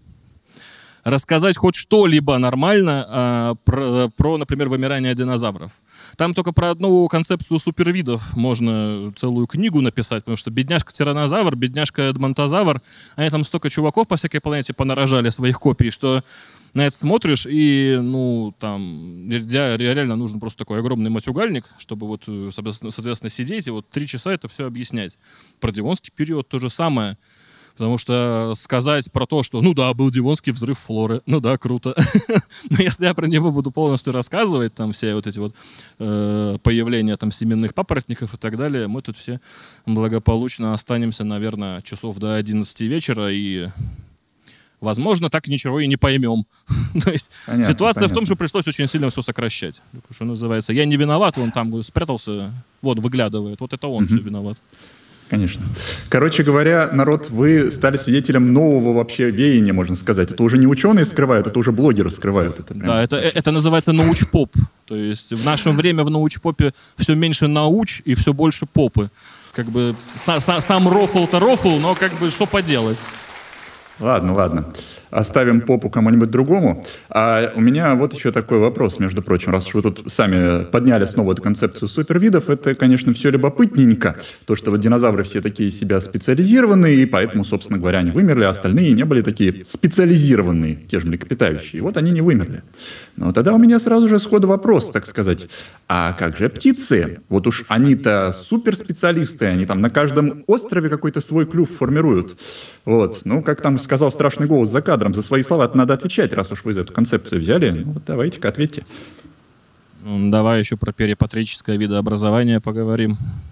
рассказать хоть что-либо нормально а, про, про, например, вымирание динозавров? Там только про одну концепцию супервидов можно целую книгу написать, потому что бедняжка-тиранозавр, бедняжка-эдмонтозавр, они там столько чуваков по всякой планете понарожали своих копий, что на это смотришь, и, ну, там, реально нужен просто такой огромный матюгальник, чтобы вот, соответственно, сидеть и вот три часа это все объяснять. Про Девонский период то же самое. Потому что сказать про то, что, ну да, был Девонский взрыв флоры, ну да, круто. Но если я про него буду полностью рассказывать, там все вот эти вот э, появления там семенных папоротников и так далее, мы тут все благополучно останемся, наверное, часов до одиннадцати вечера и, возможно, так ничего и не поймем. То есть понятно, ситуация понятно. В том, что пришлось очень сильно все сокращать. Что называется, я не виноват, он там спрятался, вот, выглядывает, вот это он все виноват. Конечно. Короче говоря, народ, вы стали свидетелем нового вообще веяния, можно сказать. Это уже не ученые скрывают, это уже блогеры скрывают. Это прям... Да, это, это называется научпоп. То есть в наше время в научпопе все меньше науч и все больше попы. Как бы сам, сам рофл-то рофл, но как бы что поделать. Ладно, ладно. Оставим попу кому-нибудь другому. А у меня вот еще такой вопрос, между прочим, раз уж вы тут сами подняли снова эту концепцию супервидов, это, конечно, все любопытненько. То, что вот динозавры все такие себя специализированные, и поэтому, собственно говоря, они вымерли, а остальные не были такие специализированные, те же млекопитающие. И вот они не вымерли. Но тогда у меня сразу же сходу вопрос, так сказать. А как же птицы? Вот уж они-то суперспециалисты, они там на каждом острове какой-то свой клюв формируют. Вот. Ну, как там сказал страшный голос за кадром, за свои слова надо отвечать, раз уж вы за эту концепцию взяли. Ну, вот давайте-ка ответьте. Давай еще про перипатрическое видообразование поговорим.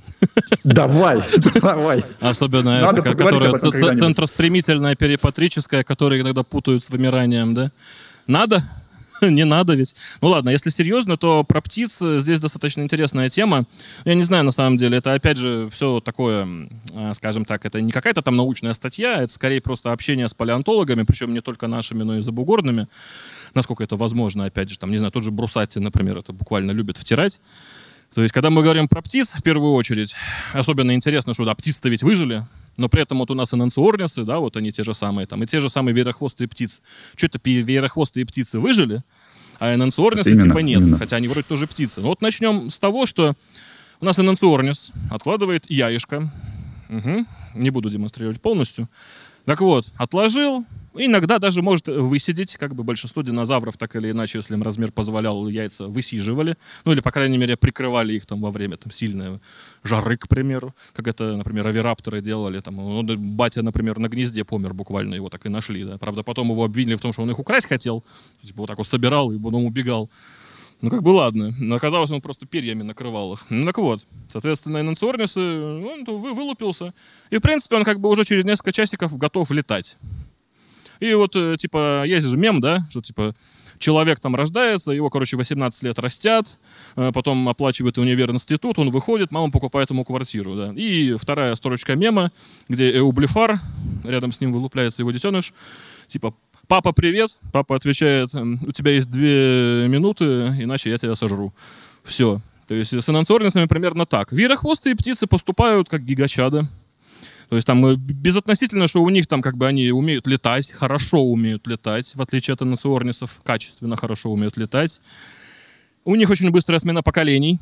Давай, давай. Особенно это, которое центростремительное перипатрическое, которое иногда путают с вымиранием, да? Надо? Не надо ведь. Ну ладно, если серьезно, то про птиц здесь достаточно интересная тема. Я не знаю, на самом деле, это опять же все такое, скажем так, это не какая-то там научная статья, это скорее просто общение с палеонтологами, причем не только нашими, но и забугорными, насколько это возможно, опять же, там, не знаю, тот же Брусатти, например, это буквально любит втирать. То есть, когда мы говорим про птиц, в первую очередь, особенно интересно, что да, птицы-то ведь выжили, но при этом вот у нас энанциорнисы, да, вот они те же самые, там, и те же самые веерохвостые птицы. Что это веерохвостые птицы выжили, а энанциорнисы именно, типа нет, именно. Хотя они вроде тоже птицы. Ну вот начнем с того, что у нас энанциорнис откладывает яишко. Угу. Не буду демонстрировать полностью. Так вот, отложил, иногда даже может высидеть, как бы большинство динозавров так или иначе, если им размер позволял, яйца высиживали, ну или, по крайней мере, прикрывали их там во время там, сильной жары, к примеру, как это, например, оvirапторы делали, там, ну, батя, например, на гнезде помер буквально, его так и нашли, да, правда, потом его обвинили в том, что он их украсть хотел, типа вот так вот собирал и потом убегал. Ну, как бы ладно. Но оказалось, он просто перьями накрывал их. Ну, так вот. Соответственно, энанциорнисы, он вы, вылупился. И, в принципе, он как бы уже через несколько часиков готов летать. И вот, типа, есть же мем, да, что, типа, человек там рождается, его, короче, восемнадцать лет растят, потом оплачивает универ-институт, он выходит, мама покупает ему квартиру, да. И вторая строчка мема, где Эублифар, рядом с ним вылупляется его детеныш, типа, «Папа, привет!» Папа отвечает, «У тебя есть две минуты, иначе я тебя сожру». Все. То есть с энанциорнисами примерно так. Веерохвостые птицы поступают как гигачада. То есть там безотносительно, что у них там как бы они умеют летать, хорошо умеют летать, в отличие от энанциорнисов, качественно хорошо умеют летать. У них очень быстрая смена поколений.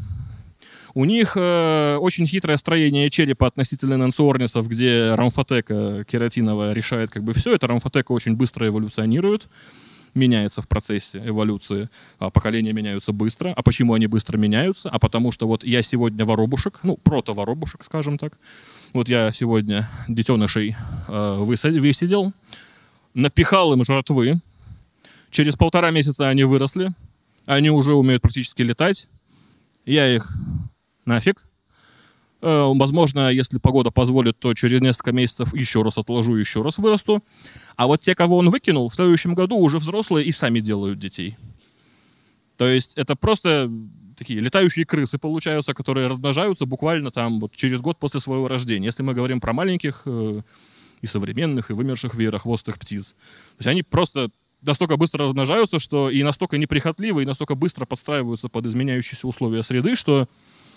У них э, очень хитрое строение черепа относительно энанциорнисов, где рамфотека кератиновая решает как бы все. Эта рамфотека очень быстро эволюционирует, меняется в процессе эволюции. А поколения меняются быстро. А почему они быстро меняются? А потому что вот я сегодня воробушек, ну, прото-воробушек, скажем так. Вот я сегодня детенышей э, высидел, напихал им жратвы. Через полтора месяца они выросли. Они уже умеют практически летать. Я их... Нафиг. Э, возможно, если погода позволит, то через несколько месяцев еще раз отложу, еще раз вырасту. А вот те, кого он выкинул, в следующем году уже взрослые и сами делают детей. То есть это просто такие летающие крысы получаются, которые размножаются буквально там вот через год после своего рождения. Если мы говорим про маленьких э, и современных, и вымерших веерохвостых птиц. То есть они просто настолько быстро размножаются, что и настолько неприхотливы, и настолько быстро подстраиваются под изменяющиеся условия среды, что,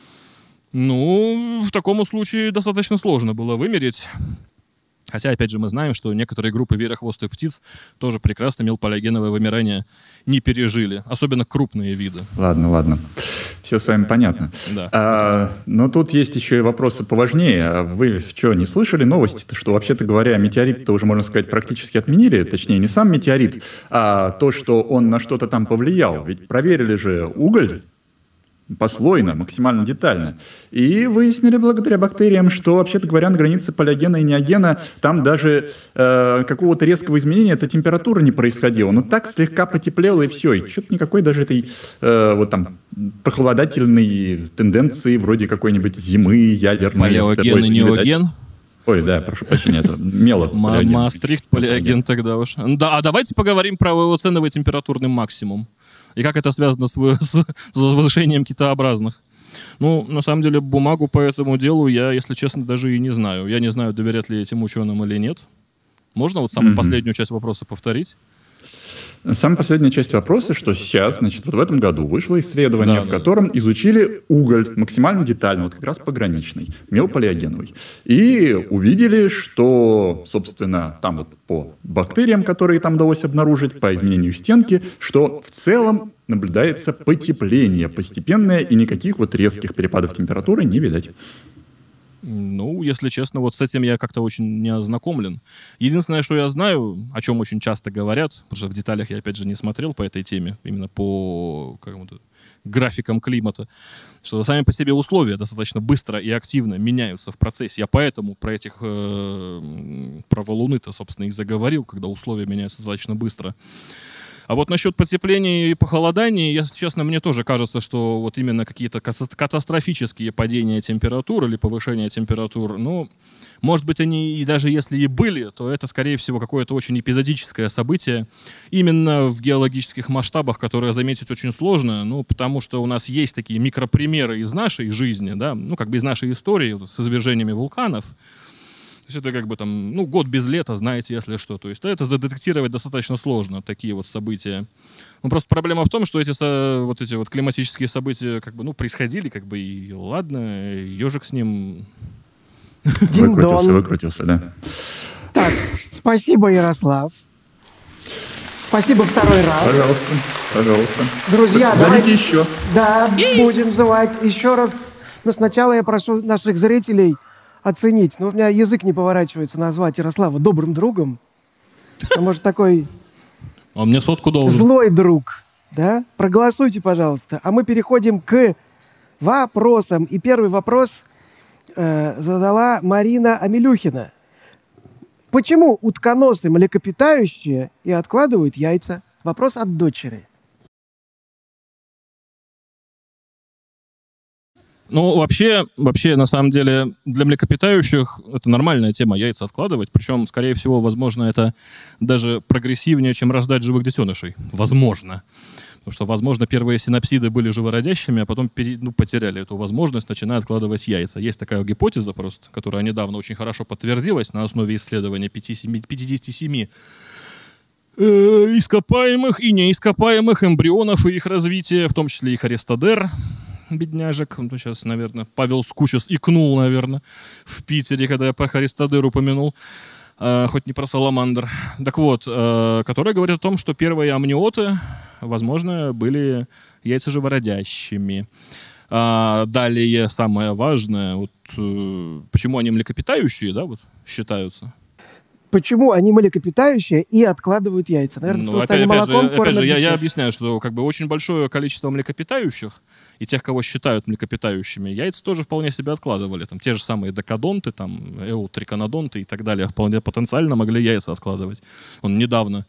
ну, в таком случае достаточно сложно было вымереть. Хотя, опять же, мы знаем, что некоторые группы веерохвостых птиц тоже прекрасно мелполиогеновое вымирание не пережили. Особенно крупные виды. Ладно, ладно. Все с вами понятно. Да. А, но тут есть еще и вопросы поважнее. Вы что, не слышали новости-то, что, вообще-то говоря, метеорит-то уже, можно сказать, практически отменили? Точнее, не сам метеорит, а то, что он на что-то там повлиял. Ведь проверили же уголь послойно, максимально детально. И выяснили благодаря бактериям, что, вообще-то говоря, на границе палеогена и неогена там даже э, какого-то резкого изменения эта температура не происходила. Но так слегка потеплело и все. И что-то никакой даже этой э, вот там похолодательной тенденции вроде какой-нибудь зимы ядерной. Палеоген и неоген. Ой, да, прошу прощения, это мело. Маастрихт, палеоген тогда уж. Да, а давайте поговорим про эвоценовый температурный максимум. И как это связано с, с, с возвышением китообразных. Ну, на самом деле, бумагу по этому делу я, если честно, даже и не знаю. Я не знаю, доверять ли этим ученым или нет. Можно вот самую mm-hmm. последнюю часть вопроса повторить? Самая последняя часть вопроса, что сейчас, значит, вот в этом году вышло исследование, да, в да. котором изучили уголь максимально детально, вот как раз пограничный, мелполиогеновый. И увидели, что, собственно, там вот по бактериям, которые там удалось обнаружить, по изменению стенки, что в целом наблюдается потепление постепенное, и никаких вот резких перепадов температуры не видать. Ну, если честно, вот с этим я как-то очень не ознакомлен. Единственное, что я знаю, о чем очень часто говорят, потому что в деталях я, опять же, не смотрел по этой теме, именно по какому-то графикам климата, что сами по себе условия достаточно быстро и активно меняются в процессе. Я поэтому про этих, э, про валуны-то, собственно, и заговорил, когда условия меняются достаточно быстро. А вот насчет потепления и похолодания, если честно, мне тоже кажется, что вот именно какие-то катастрофические падения температур или повышение температур, ну, может быть, они и даже если и были, то это, скорее всего, какое-то очень эпизодическое событие именно в геологических масштабах, которые заметить очень сложно, ну, потому что у нас есть такие микропримеры из нашей жизни, да, ну, как бы из нашей истории с извержениями вулканов. То есть это как бы там, ну, год без лета, знаете, если что. То есть это задетектировать достаточно сложно, такие вот события. Ну, просто проблема в том, что эти, вот эти вот климатические события как бы, ну, происходили, как бы, и ладно, ежик с ним... Выкрутился, выкрутился, да. Так, спасибо, Ярослав. Спасибо второй раз. Пожалуйста, пожалуйста. Друзья, зовите давайте... еще. Да, будем звать еще раз. Но сначала я прошу наших зрителей оценить. Ну, у меня язык не поворачивается назвать Ярослава добрым другом. А может, такой... А мне сотку должен. Злой друг. Да? Проголосуйте, пожалуйста. А мы переходим к вопросам. И первый вопрос э, задала Марина Амелюхина. Почему утконосы млекопитающие и откладывают яйца? Вопрос от дочери. Ну, вообще, вообще, на самом деле, для млекопитающих это нормальная тема яйца откладывать. Причем, скорее всего, возможно, это даже прогрессивнее, чем рождать живых детенышей. Возможно. Потому что, возможно, первые синапсиды были живородящими, а потом пере, ну, потеряли эту возможность, начиная откладывать яйца. Есть такая гипотеза просто, которая недавно очень хорошо подтвердилась на основе исследования пятидесяти семи э, ископаемых и неископаемых эмбрионов и их развития, в том числе и Харистодер. Бедняжек. Ну, сейчас, наверное, Павел Скучес икнул, наверное, в Питере, когда я про Харистодер упомянул, э, хоть не про саламандр. Так вот, э, которая говорит о том, что первые амниоты, возможно, были яйцеживородящими. А далее, самое важное, вот, э, почему они млекопитающие, да, вот, считаются? Почему они млекопитающие и откладывают яйца? Наверное, ну, потому опять, что они опять молоком же, опять же я, детей. я объясняю, что как бы очень большое количество млекопитающих и тех, кого считают млекопитающими, яйца тоже вполне себе откладывали. Там те же самые докодонты, там, эутриконодонты и так далее вполне потенциально могли яйца откладывать. Он недавно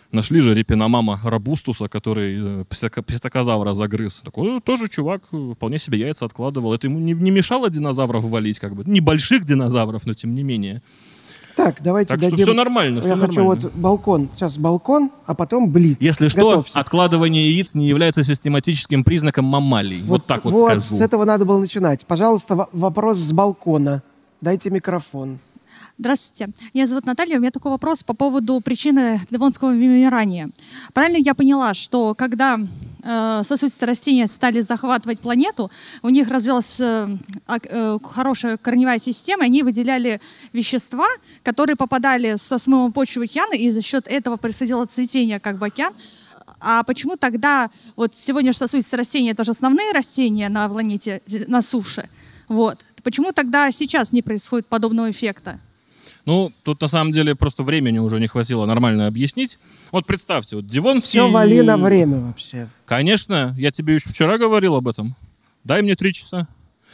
Нашли же репиномама робустуса, который пситокозавра загрыз. Такой тоже чувак вполне себе яйца откладывал. Это ему не, не мешало динозавров валить, как бы. Небольших динозавров, но тем не менее. Так, давайте так дадим... что все нормально, все Я нормально. хочу вот балкон. Сейчас балкон, а потом блиц. Если что, Готовьте. откладывание яиц не является систематическим признаком мамалий. Вот, вот так вот, вот скажу. С этого надо было начинать. Пожалуйста, вопрос с балкона. Дайте микрофон. Здравствуйте. Меня зовут Наталья. У меня такой вопрос по поводу причины Ливонского вымирания. Правильно я поняла, что когда э, сосудистые растения стали захватывать планету, у них развилась э, э, хорошая корневая система, они выделяли вещества, которые попадали со смывом почвы в океаны, и за счет этого происходило цветение как бы океан. А почему тогда, вот сегодня же сосудистые растения, это же основные растения на планете, на суше, вот. Почему тогда сейчас не происходит подобного эффекта? Ну, тут на самом деле просто времени уже не хватило нормально объяснить. Вот представьте, вот Дивонский... Все вали на время вообще. Конечно, я тебе еще вчера говорил об этом. Дай мне три часа.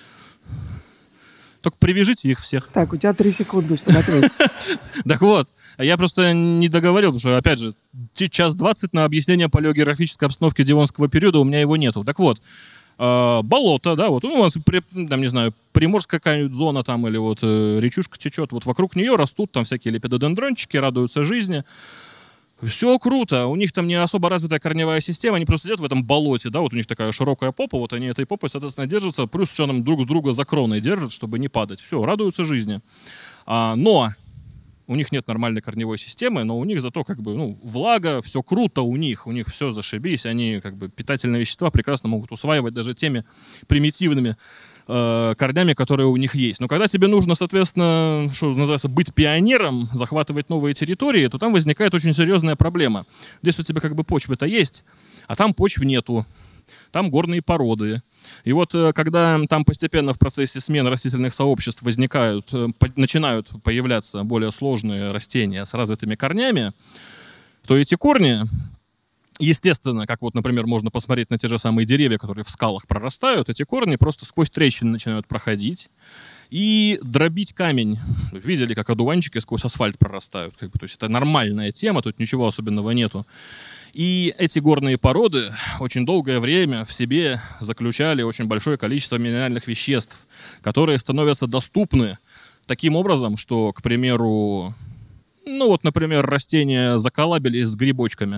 Только привяжите их всех. Так, у тебя три секунды, чтобы ответить. Так вот, я просто не договорил, потому что, опять же, час двадцать на объяснение палеогеографической обстановки Дивонского периода у меня его нету. Так вот, болото, да, вот ну, у нас, там, не знаю, приморская какая-нибудь зона там или вот э, речушка течет, вот вокруг нее растут там всякие лепидодендрончики, радуются жизни. Все круто, у них там не особо развитая корневая система, они просто сидят в этом болоте, да, вот у них такая широкая попа, вот они этой попой, соответственно, держатся, плюс все там друг с друга за кроной держат, чтобы не падать. Все, радуются жизни. А, но у них нет нормальной корневой системы, но у них зато как бы, ну, влага, все круто у них, у них все зашибись, они как бы питательные вещества прекрасно могут усваивать даже теми примитивными э, корнями, которые у них есть. Но когда тебе нужно, соответственно, что называется, быть пионером, захватывать новые территории, то там возникает очень серьезная проблема. Здесь у тебя как бы почва-то есть, а там почв нету. Там горные породы. И вот когда там постепенно в процессе смен растительных сообществ возникают, начинают появляться более сложные растения с развитыми корнями, то эти корни, естественно, как вот, например, можно посмотреть на те же самые деревья, которые в скалах прорастают, эти корни просто сквозь трещины начинают проходить и дробить камень. Видели, как одуванчики сквозь асфальт прорастают. Как бы, то есть это нормальная тема, тут ничего особенного нету. И эти горные породы очень долгое время в себе заключали очень большое количество минеральных веществ, которые становятся доступны таким образом, что, к примеру, ну вот, например, растения заколабились с грибочками.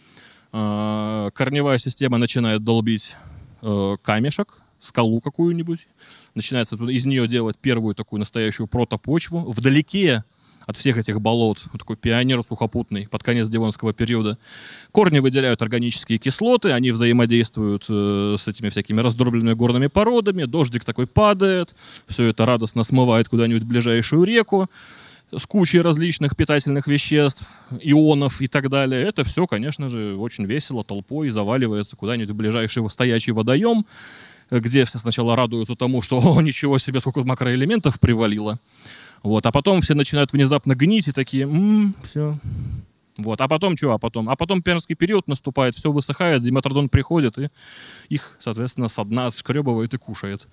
Корневая система начинает долбить камешек, скалу какую-нибудь, начинается из нее делать первую такую настоящую протопочву. Вдалеке от всех этих болот, вот такой пионер сухопутный под конец Дивонского периода, корни выделяют органические кислоты, они взаимодействуют э, с этими всякими раздробленными горными породами, дождик такой падает, все это радостно смывает куда-нибудь в ближайшую реку с кучей различных питательных веществ, ионов и так далее. Это все, конечно же, очень весело, толпой заваливается куда-нибудь в ближайший стоячий водоем, где все сначала радуются тому, что «О, ничего себе, сколько макроэлементов привалило». Вот, а потом все начинают внезапно гнить и такие, м-м, все. Вот, а потом что? А потом? А потом пермский период наступает, все высыхает, зимотродон приходит и их, соответственно, со дна отшкребывает и кушает.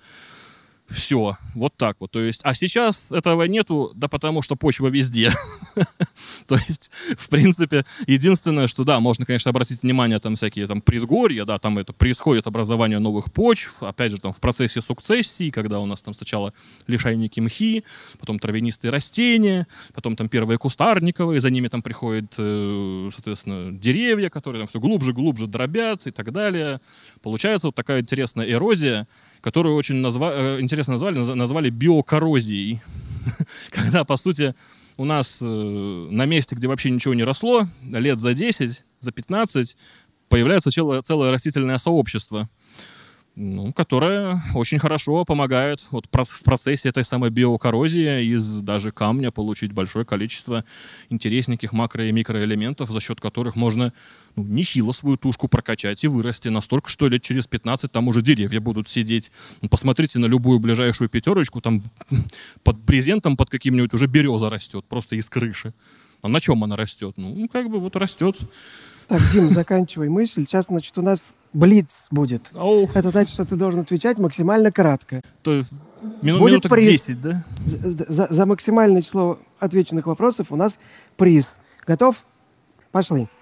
Все, вот так вот. То есть, а сейчас этого нету, да потому что почва везде. То есть, в принципе, единственное, что, да, можно, конечно, обратить внимание, там всякие там предгорья, да, там это происходит образование новых почв, опять же, там в процессе сукцессии, когда у нас там сначала лишайники мхи, потом травянистые растения, потом там первые кустарниковые, за ними там приходят, соответственно, деревья, которые там все глубже-глубже дробят и так далее. Получается вот такая интересная эрозия, которую очень назва... интересно назвали, назвали биокоррозией. Когда, по сути, у нас э, на месте, где вообще ничего не росло, лет за десять, за пятнадцать появляется целое, целое растительное сообщество, ну, которое очень хорошо помогает вот, в процессе этой самой биокоррозии из даже камня получить большое количество интересненьких макро- и микроэлементов, за счет которых можно ну, нехило свою тушку прокачать и вырасти настолько, что лет через пятнадцать там уже деревья будут сидеть. Ну, посмотрите на любую ближайшую пятерочку, там под брезентом под каким-нибудь уже береза растет, просто из крыши. А на чем она растет? Ну, как бы вот растет. Так, Дим, заканчивай мысль. Сейчас, значит, у нас блиц будет. Оу. Это значит, что ты должен отвечать максимально кратко. То мину, Будет минуток приз. десять, да? За, за- за максимальное число отвеченных вопросов у нас приз. Готов? Пошли.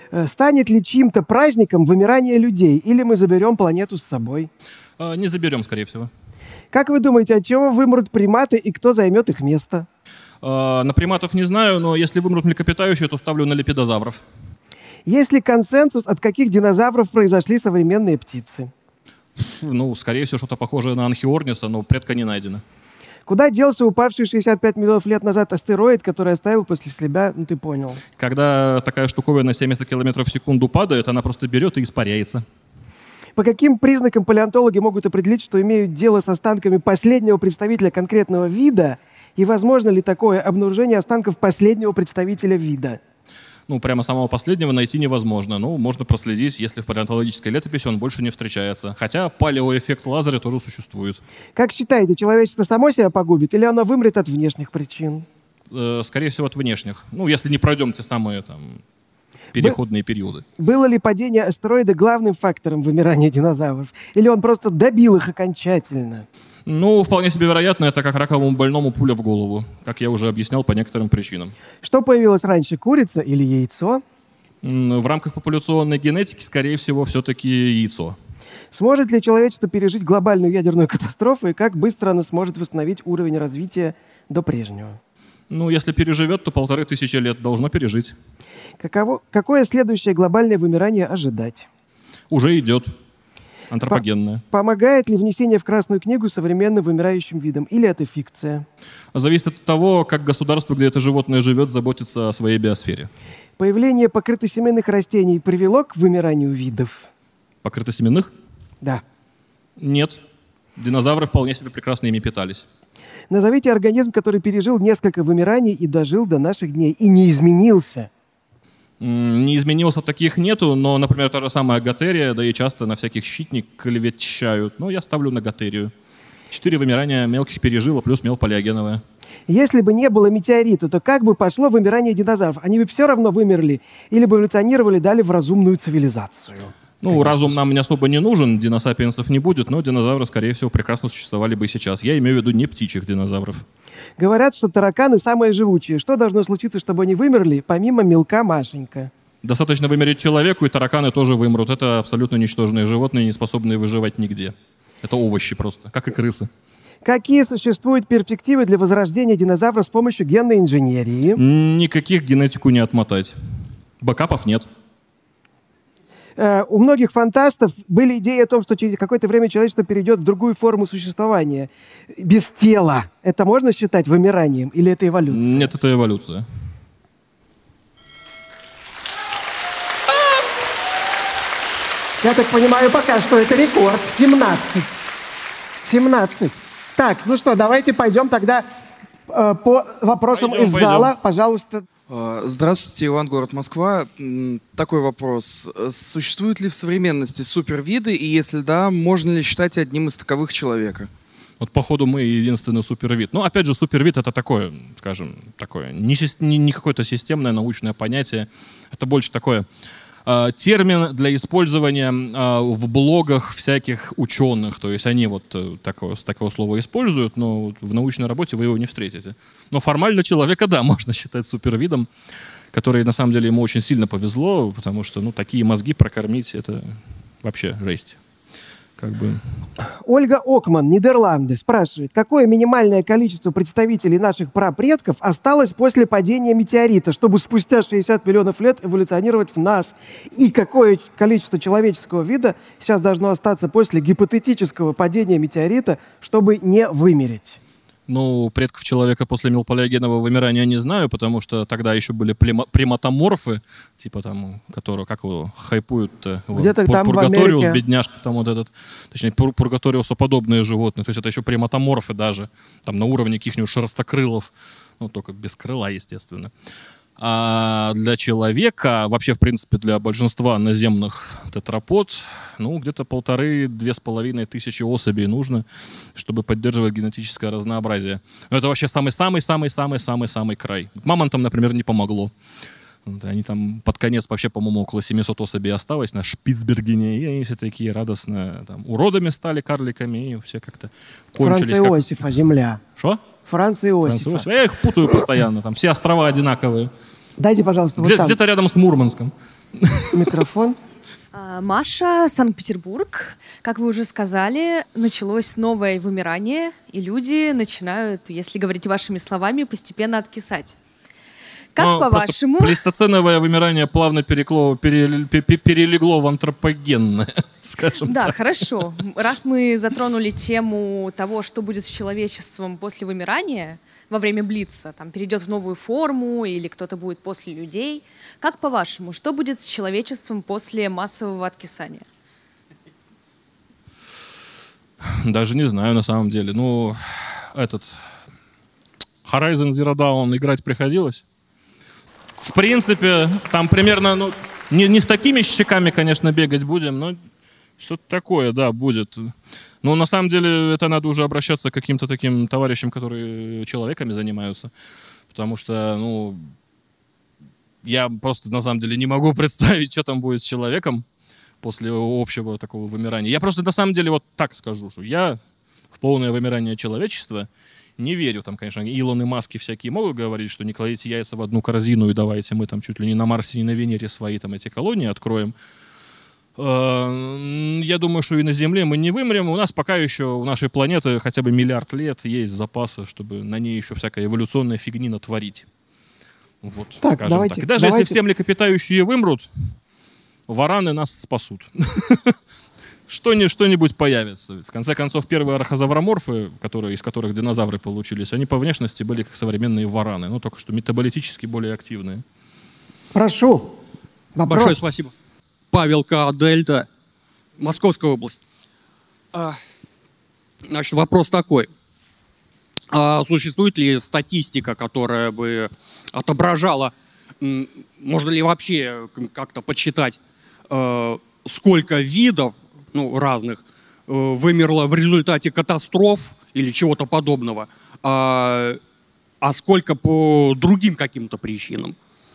Э, Станет ли чьим-то праздником вымирание людей, или мы заберем планету с собой? А, Не заберем, скорее всего. Как вы думаете, от чего вымрут приматы и кто займет их место? А, На приматов не знаю, но если вымрут млекопитающие, то ставлю на лепидозавров. Есть ли консенсус, от каких динозавров произошли современные птицы? Ну, скорее всего, что-то похожее на анхиорниса, но предка не найдено. Куда делся упавший шестьдесят пять миллионов лет назад астероид, который оставил после себя, ну ты понял. Когда такая штуковина семьдесят километров в секунду падает, она просто берет и испаряется. По каким признакам палеонтологи могут определить, что имеют дело с останками последнего представителя конкретного вида, и возможно ли такое обнаружение останков последнего представителя вида? Ну, прямо самого последнего найти невозможно. Ну, можно проследить, если в палеонтологической летописи он больше не встречается. Хотя палеоэффект Лазаря тоже существует. Как считаете, человечество само себя погубит, или оно вымрет от внешних причин? Э, скорее всего, от внешних. Ну, если не пройдем те самые там переходные периоды. Было ли падение астероида главным фактором вымирания динозавров? Или он просто добил их окончательно? Ну, вполне себе вероятно, это как раковому больному пуля в голову, как я уже объяснял по некоторым причинам. Что появилось раньше, курица или яйцо? М, В рамках популяционной генетики, скорее всего, все-таки яйцо. Сможет ли человечество пережить глобальную ядерную катастрофу, и как быстро оно сможет восстановить уровень развития до прежнего? Ну, если переживет, то полторы тысячи лет должно пережить. Каково, какое следующее глобальное вымирание ожидать? Уже идет. Антропогенное. Помогает ли внесение в Красную книгу современным вымирающим видам, или это фикция? Зависит от того, как государство, где это животное живет, заботится о своей биосфере. Появление покрытосеменных растений привело к вымиранию видов? Покрытосеменных? Да. Нет. Динозавры вполне себе прекрасно ими питались. Назовите организм, который пережил несколько вымираний и дожил до наших дней, и не изменился. М, Не изменился, таких нету, но, например, та же самая готерия, да и часто на всяких щитник клеветчают. Ну, я ставлю на готерию. Четыре вымирания мелких пережило, плюс мелпалеогеновое. Если бы не было метеорита, то как бы пошло вымирание динозавров? Они бы все равно вымерли или бы эволюционировали, дали в разумную цивилизацию? Ну, Конечно. разум нам не особо не нужен, диносапиенсов не будет, но динозавры, скорее всего, прекрасно существовали бы и сейчас. Я имею в виду не птичьих динозавров. Говорят, что тараканы самые живучие. Что должно случиться, чтобы они вымерли, помимо мелка Машенька? Достаточно вымереть человеку, и тараканы тоже вымрут. Это абсолютно ничтожные животные, не способные выживать нигде. Это овощи просто, как и крысы. Какие существуют перспективы для возрождения динозавров с помощью генной инженерии? Никаких генетику не отмотать. Бэкапов нет. Э, у многих фантастов были идеи о том, что через какое-то время человечество перейдет в другую форму существования. Без тела. Это можно считать вымиранием или это эволюция? Нет, это эволюция. Я так понимаю, пока что это рекорд. семнадцать. семнадцать. Так, ну что, давайте пойдем тогда э, по вопросам Пойдем, из пойдем. зала. Пожалуйста. А, Здравствуйте, Иван, город Москва. М, Такой вопрос. Э, Существуют ли в современности супервиды, и если да, можно ли считать одним из таковых человека? Вот, походу, мы единственный супервид. Ну, опять же, супервид — это такое, скажем, такое, не, сис- не- не какое-то системное научное понятие. Это больше такое э, термин для использования э, в блогах всяких ученых. То есть они вот э, такое, такого слова используют, но вот в научной работе вы его не встретите. Но формально человека, да, можно считать супервидом, который, на самом деле, ему очень сильно повезло, потому что, ну, такие мозги прокормить — это вообще жесть. Как бы... Ольга Окман, Нидерланды, спрашивает, какое минимальное количество представителей наших прапредков осталось после падения метеорита, чтобы спустя шестьдесят миллионов лет эволюционировать в нас? И какое количество человеческого вида сейчас должно остаться после гипотетического падения метеорита, чтобы не вымереть? Ну, предков человека после мелпалеогенового вымирания не знаю, потому что тогда еще были плема- приматоморфы, типа там, которого, как его, хайпуют, Где-то там в пургаториус, Америке. бедняжка там вот этот, точнее, пур- пургаториусоподобные животные, то есть это еще приматоморфы даже, там на уровне каких-нибудь шерстокрылов, ну, только без крыла, естественно. А для человека, вообще, в принципе, для большинства наземных тетрапод, ну, где-то полторы-две с половиной тысячи особей нужно, чтобы поддерживать генетическое разнообразие. Но это вообще самый-самый-самый-самый-самый-самый край. Мамонтам, например, не помогло. Вот, они там под конец вообще, по-моему, около семисот особей осталось на Шпицбергене, и они все такие радостно там, уродами стали, карликами, и все как-то кончились. Франца Как... Иосифа, земля. Что? Франца Франц Иосифа. Иосиф. Я их путаю постоянно, там все острова одинаковые. Дайте, пожалуйста, вот Где- там. Где-то рядом с Мурманском. Микрофон. А, Маша, Санкт-Петербург. Как вы уже сказали, началось новое вымирание, и люди начинают, если говорить вашими словами, постепенно откисать. Как Ну, просто по-вашему? Плейстоценовое вымирание плавно перекло, пере- пе- пе- перелегло в антропогенное, скажем Да, так. хорошо. Раз мы затронули тему того, что будет с человечеством после вымирания, во время Блица, там перейдет в новую форму или кто-то будет после людей. Как по-вашему, что будет с человечеством после массового откисания? Даже не знаю, на самом деле. Ну, этот... Horizon Zero Dawn играть приходилось. В принципе, там примерно, ну, не, не с такими щеками, конечно, бегать будем, но что-то такое, да, будет. Но на самом деле это надо уже обращаться к каким-то таким товарищам, которые человеками занимаются. Потому что, ну, я просто на самом деле не могу представить, что там будет с человеком после общего такого вымирания. Я просто на самом деле вот так скажу, что я в полное вымирание человечества не верю. Там, конечно, Илон и Маски всякие могут говорить, что не кладите яйца в одну корзину и давайте мы там чуть ли не на Марсе, не на Венере свои там эти колонии откроем. Я думаю, что и на Земле мы не вымрем. У нас пока еще, у нашей планеты хотя бы миллиард лет есть запасы, чтобы на ней еще всякая эволюционная фигни натворить. Вот, Так, скажем давайте, так. И даже давайте. если все млекопитающие вымрут, вараны нас спасут. Что-нибудь появится. В конце концов, первые архозавроморфы, которые, из которых динозавры получились, они по внешности были как современные вараны, но только что метаболитически более активные. Прошу. Вопрос. Большое спасибо. Павел К. Дельта, Московская область. А, Значит, вопрос такой. А существует ли статистика, которая бы отображала, м, можно ли вообще как-то подсчитать, э, сколько видов, ну, разных, э, вымерло в результате катастроф или чего-то подобного, а, а сколько по другим каким-то причинам?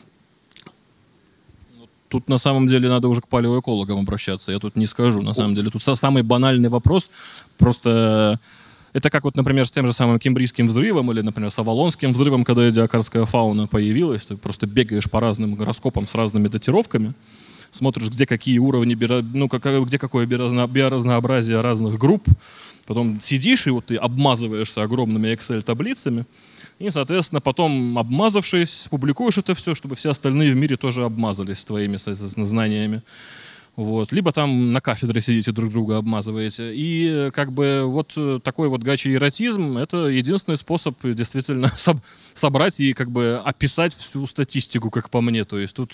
Тут на самом деле надо уже к палеоэкологам обращаться. Я тут не скажу, на самом деле. Тут самый банальный вопрос. Просто это как вот, например, с тем же самым Кембрийским взрывом или, например, с Авалонским взрывом, когда эдиакарская фауна появилась. Ты просто бегаешь по разным гороскопам с разными датировками, смотришь, где какие уровни, ну, где какое биоразнообразие разных групп. Потом сидишь и вот ты обмазываешься огромными Excel-таблицами. И, соответственно, потом, обмазавшись, публикуешь это все, чтобы все остальные в мире тоже обмазались твоими, соответственно, знаниями. Вот. Либо там на кафедре сидите, друг друга обмазываете. И как бы вот такой вот гачи-эротизм — это единственный способ действительно соб- собрать и как бы описать всю статистику, как по мне. То есть тут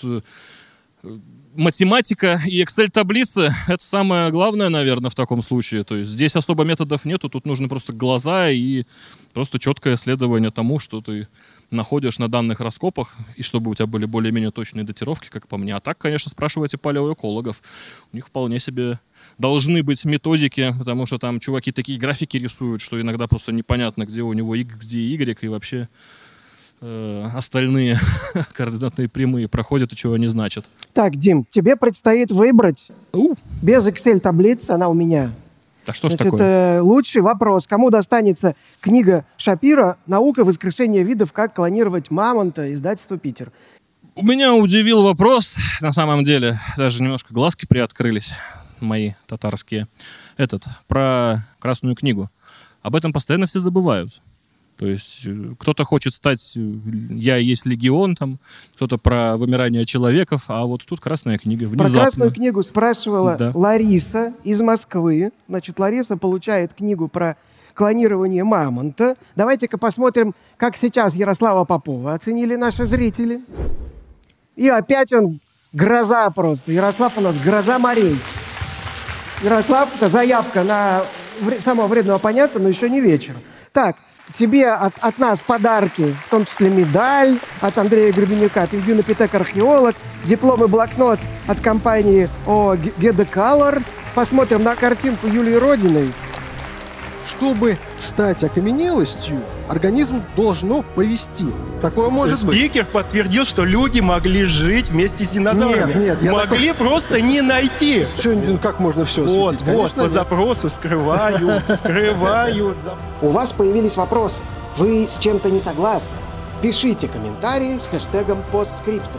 математика и Excel-таблицы — это самое главное, наверное, в таком случае. То есть здесь особо методов нету, тут нужны просто глаза и просто четкое следование тому, что ты находишь на данных раскопах, и чтобы у тебя были более-менее точные датировки, как по мне. А так, конечно, спрашивайте палеоэкологов. У них вполне себе должны быть методики, потому что там чуваки такие графики рисуют, что иногда просто непонятно, где у него X, где Y, и вообще э, остальные координатные прямые проходят и чего они значат. Так, Дим, тебе предстоит выбрать У, без Excel-таблицы, она у меня. а что ж Значит, такое? э, лучший вопрос. Кому достанется книга Шапира «Наука воскрешения видов. Как клонировать мамонта», издательство «Питер». У меня удивил вопрос, на самом деле, даже немножко глазки приоткрылись мои татарские. Этот, про Красную книгу. Об этом постоянно все забывают. То есть э, кто-то хочет стать э, «Я и есть легион», там, кто-то про вымирание человеков, а вот тут Красная книга. Про Внезапно. Красную книгу спрашивала Да. Лариса из Москвы. Значит, Лариса получает книгу про клонирование мамонта. Давайте-ка посмотрим, как сейчас Ярослава Попова оценили наши зрители. И опять он гроза просто. Ярослав у нас гроза морей. Ярослав, это заявка на вре- самого вредного оппонента, но еще не вечер. Так, тебе от, от нас подарки, в том числе медаль от Андрея Гребенюка, ты юный пятак-археолог, диплом и блокнот от компании о Гедекалор. Посмотрим на картинку Юлии Родиной. Чтобы стать окаменелостью, организм должно повести. Такое может быть. Спикер подтвердил, что люди могли жить вместе с динозаврами. Нет, нет, я могли такой- просто не найти. Всё, ну, как можно все Вот, осветить? вот, Конечно, по нет. запросу скрывают, скрывают. У вас появились вопросы. Вы с чем-то не согласны? Пишите комментарии с хэштегом постскриптум.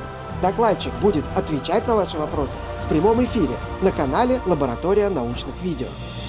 Докладчик будет отвечать на ваши вопросы в прямом эфире на канале «Лаборатория научных видео».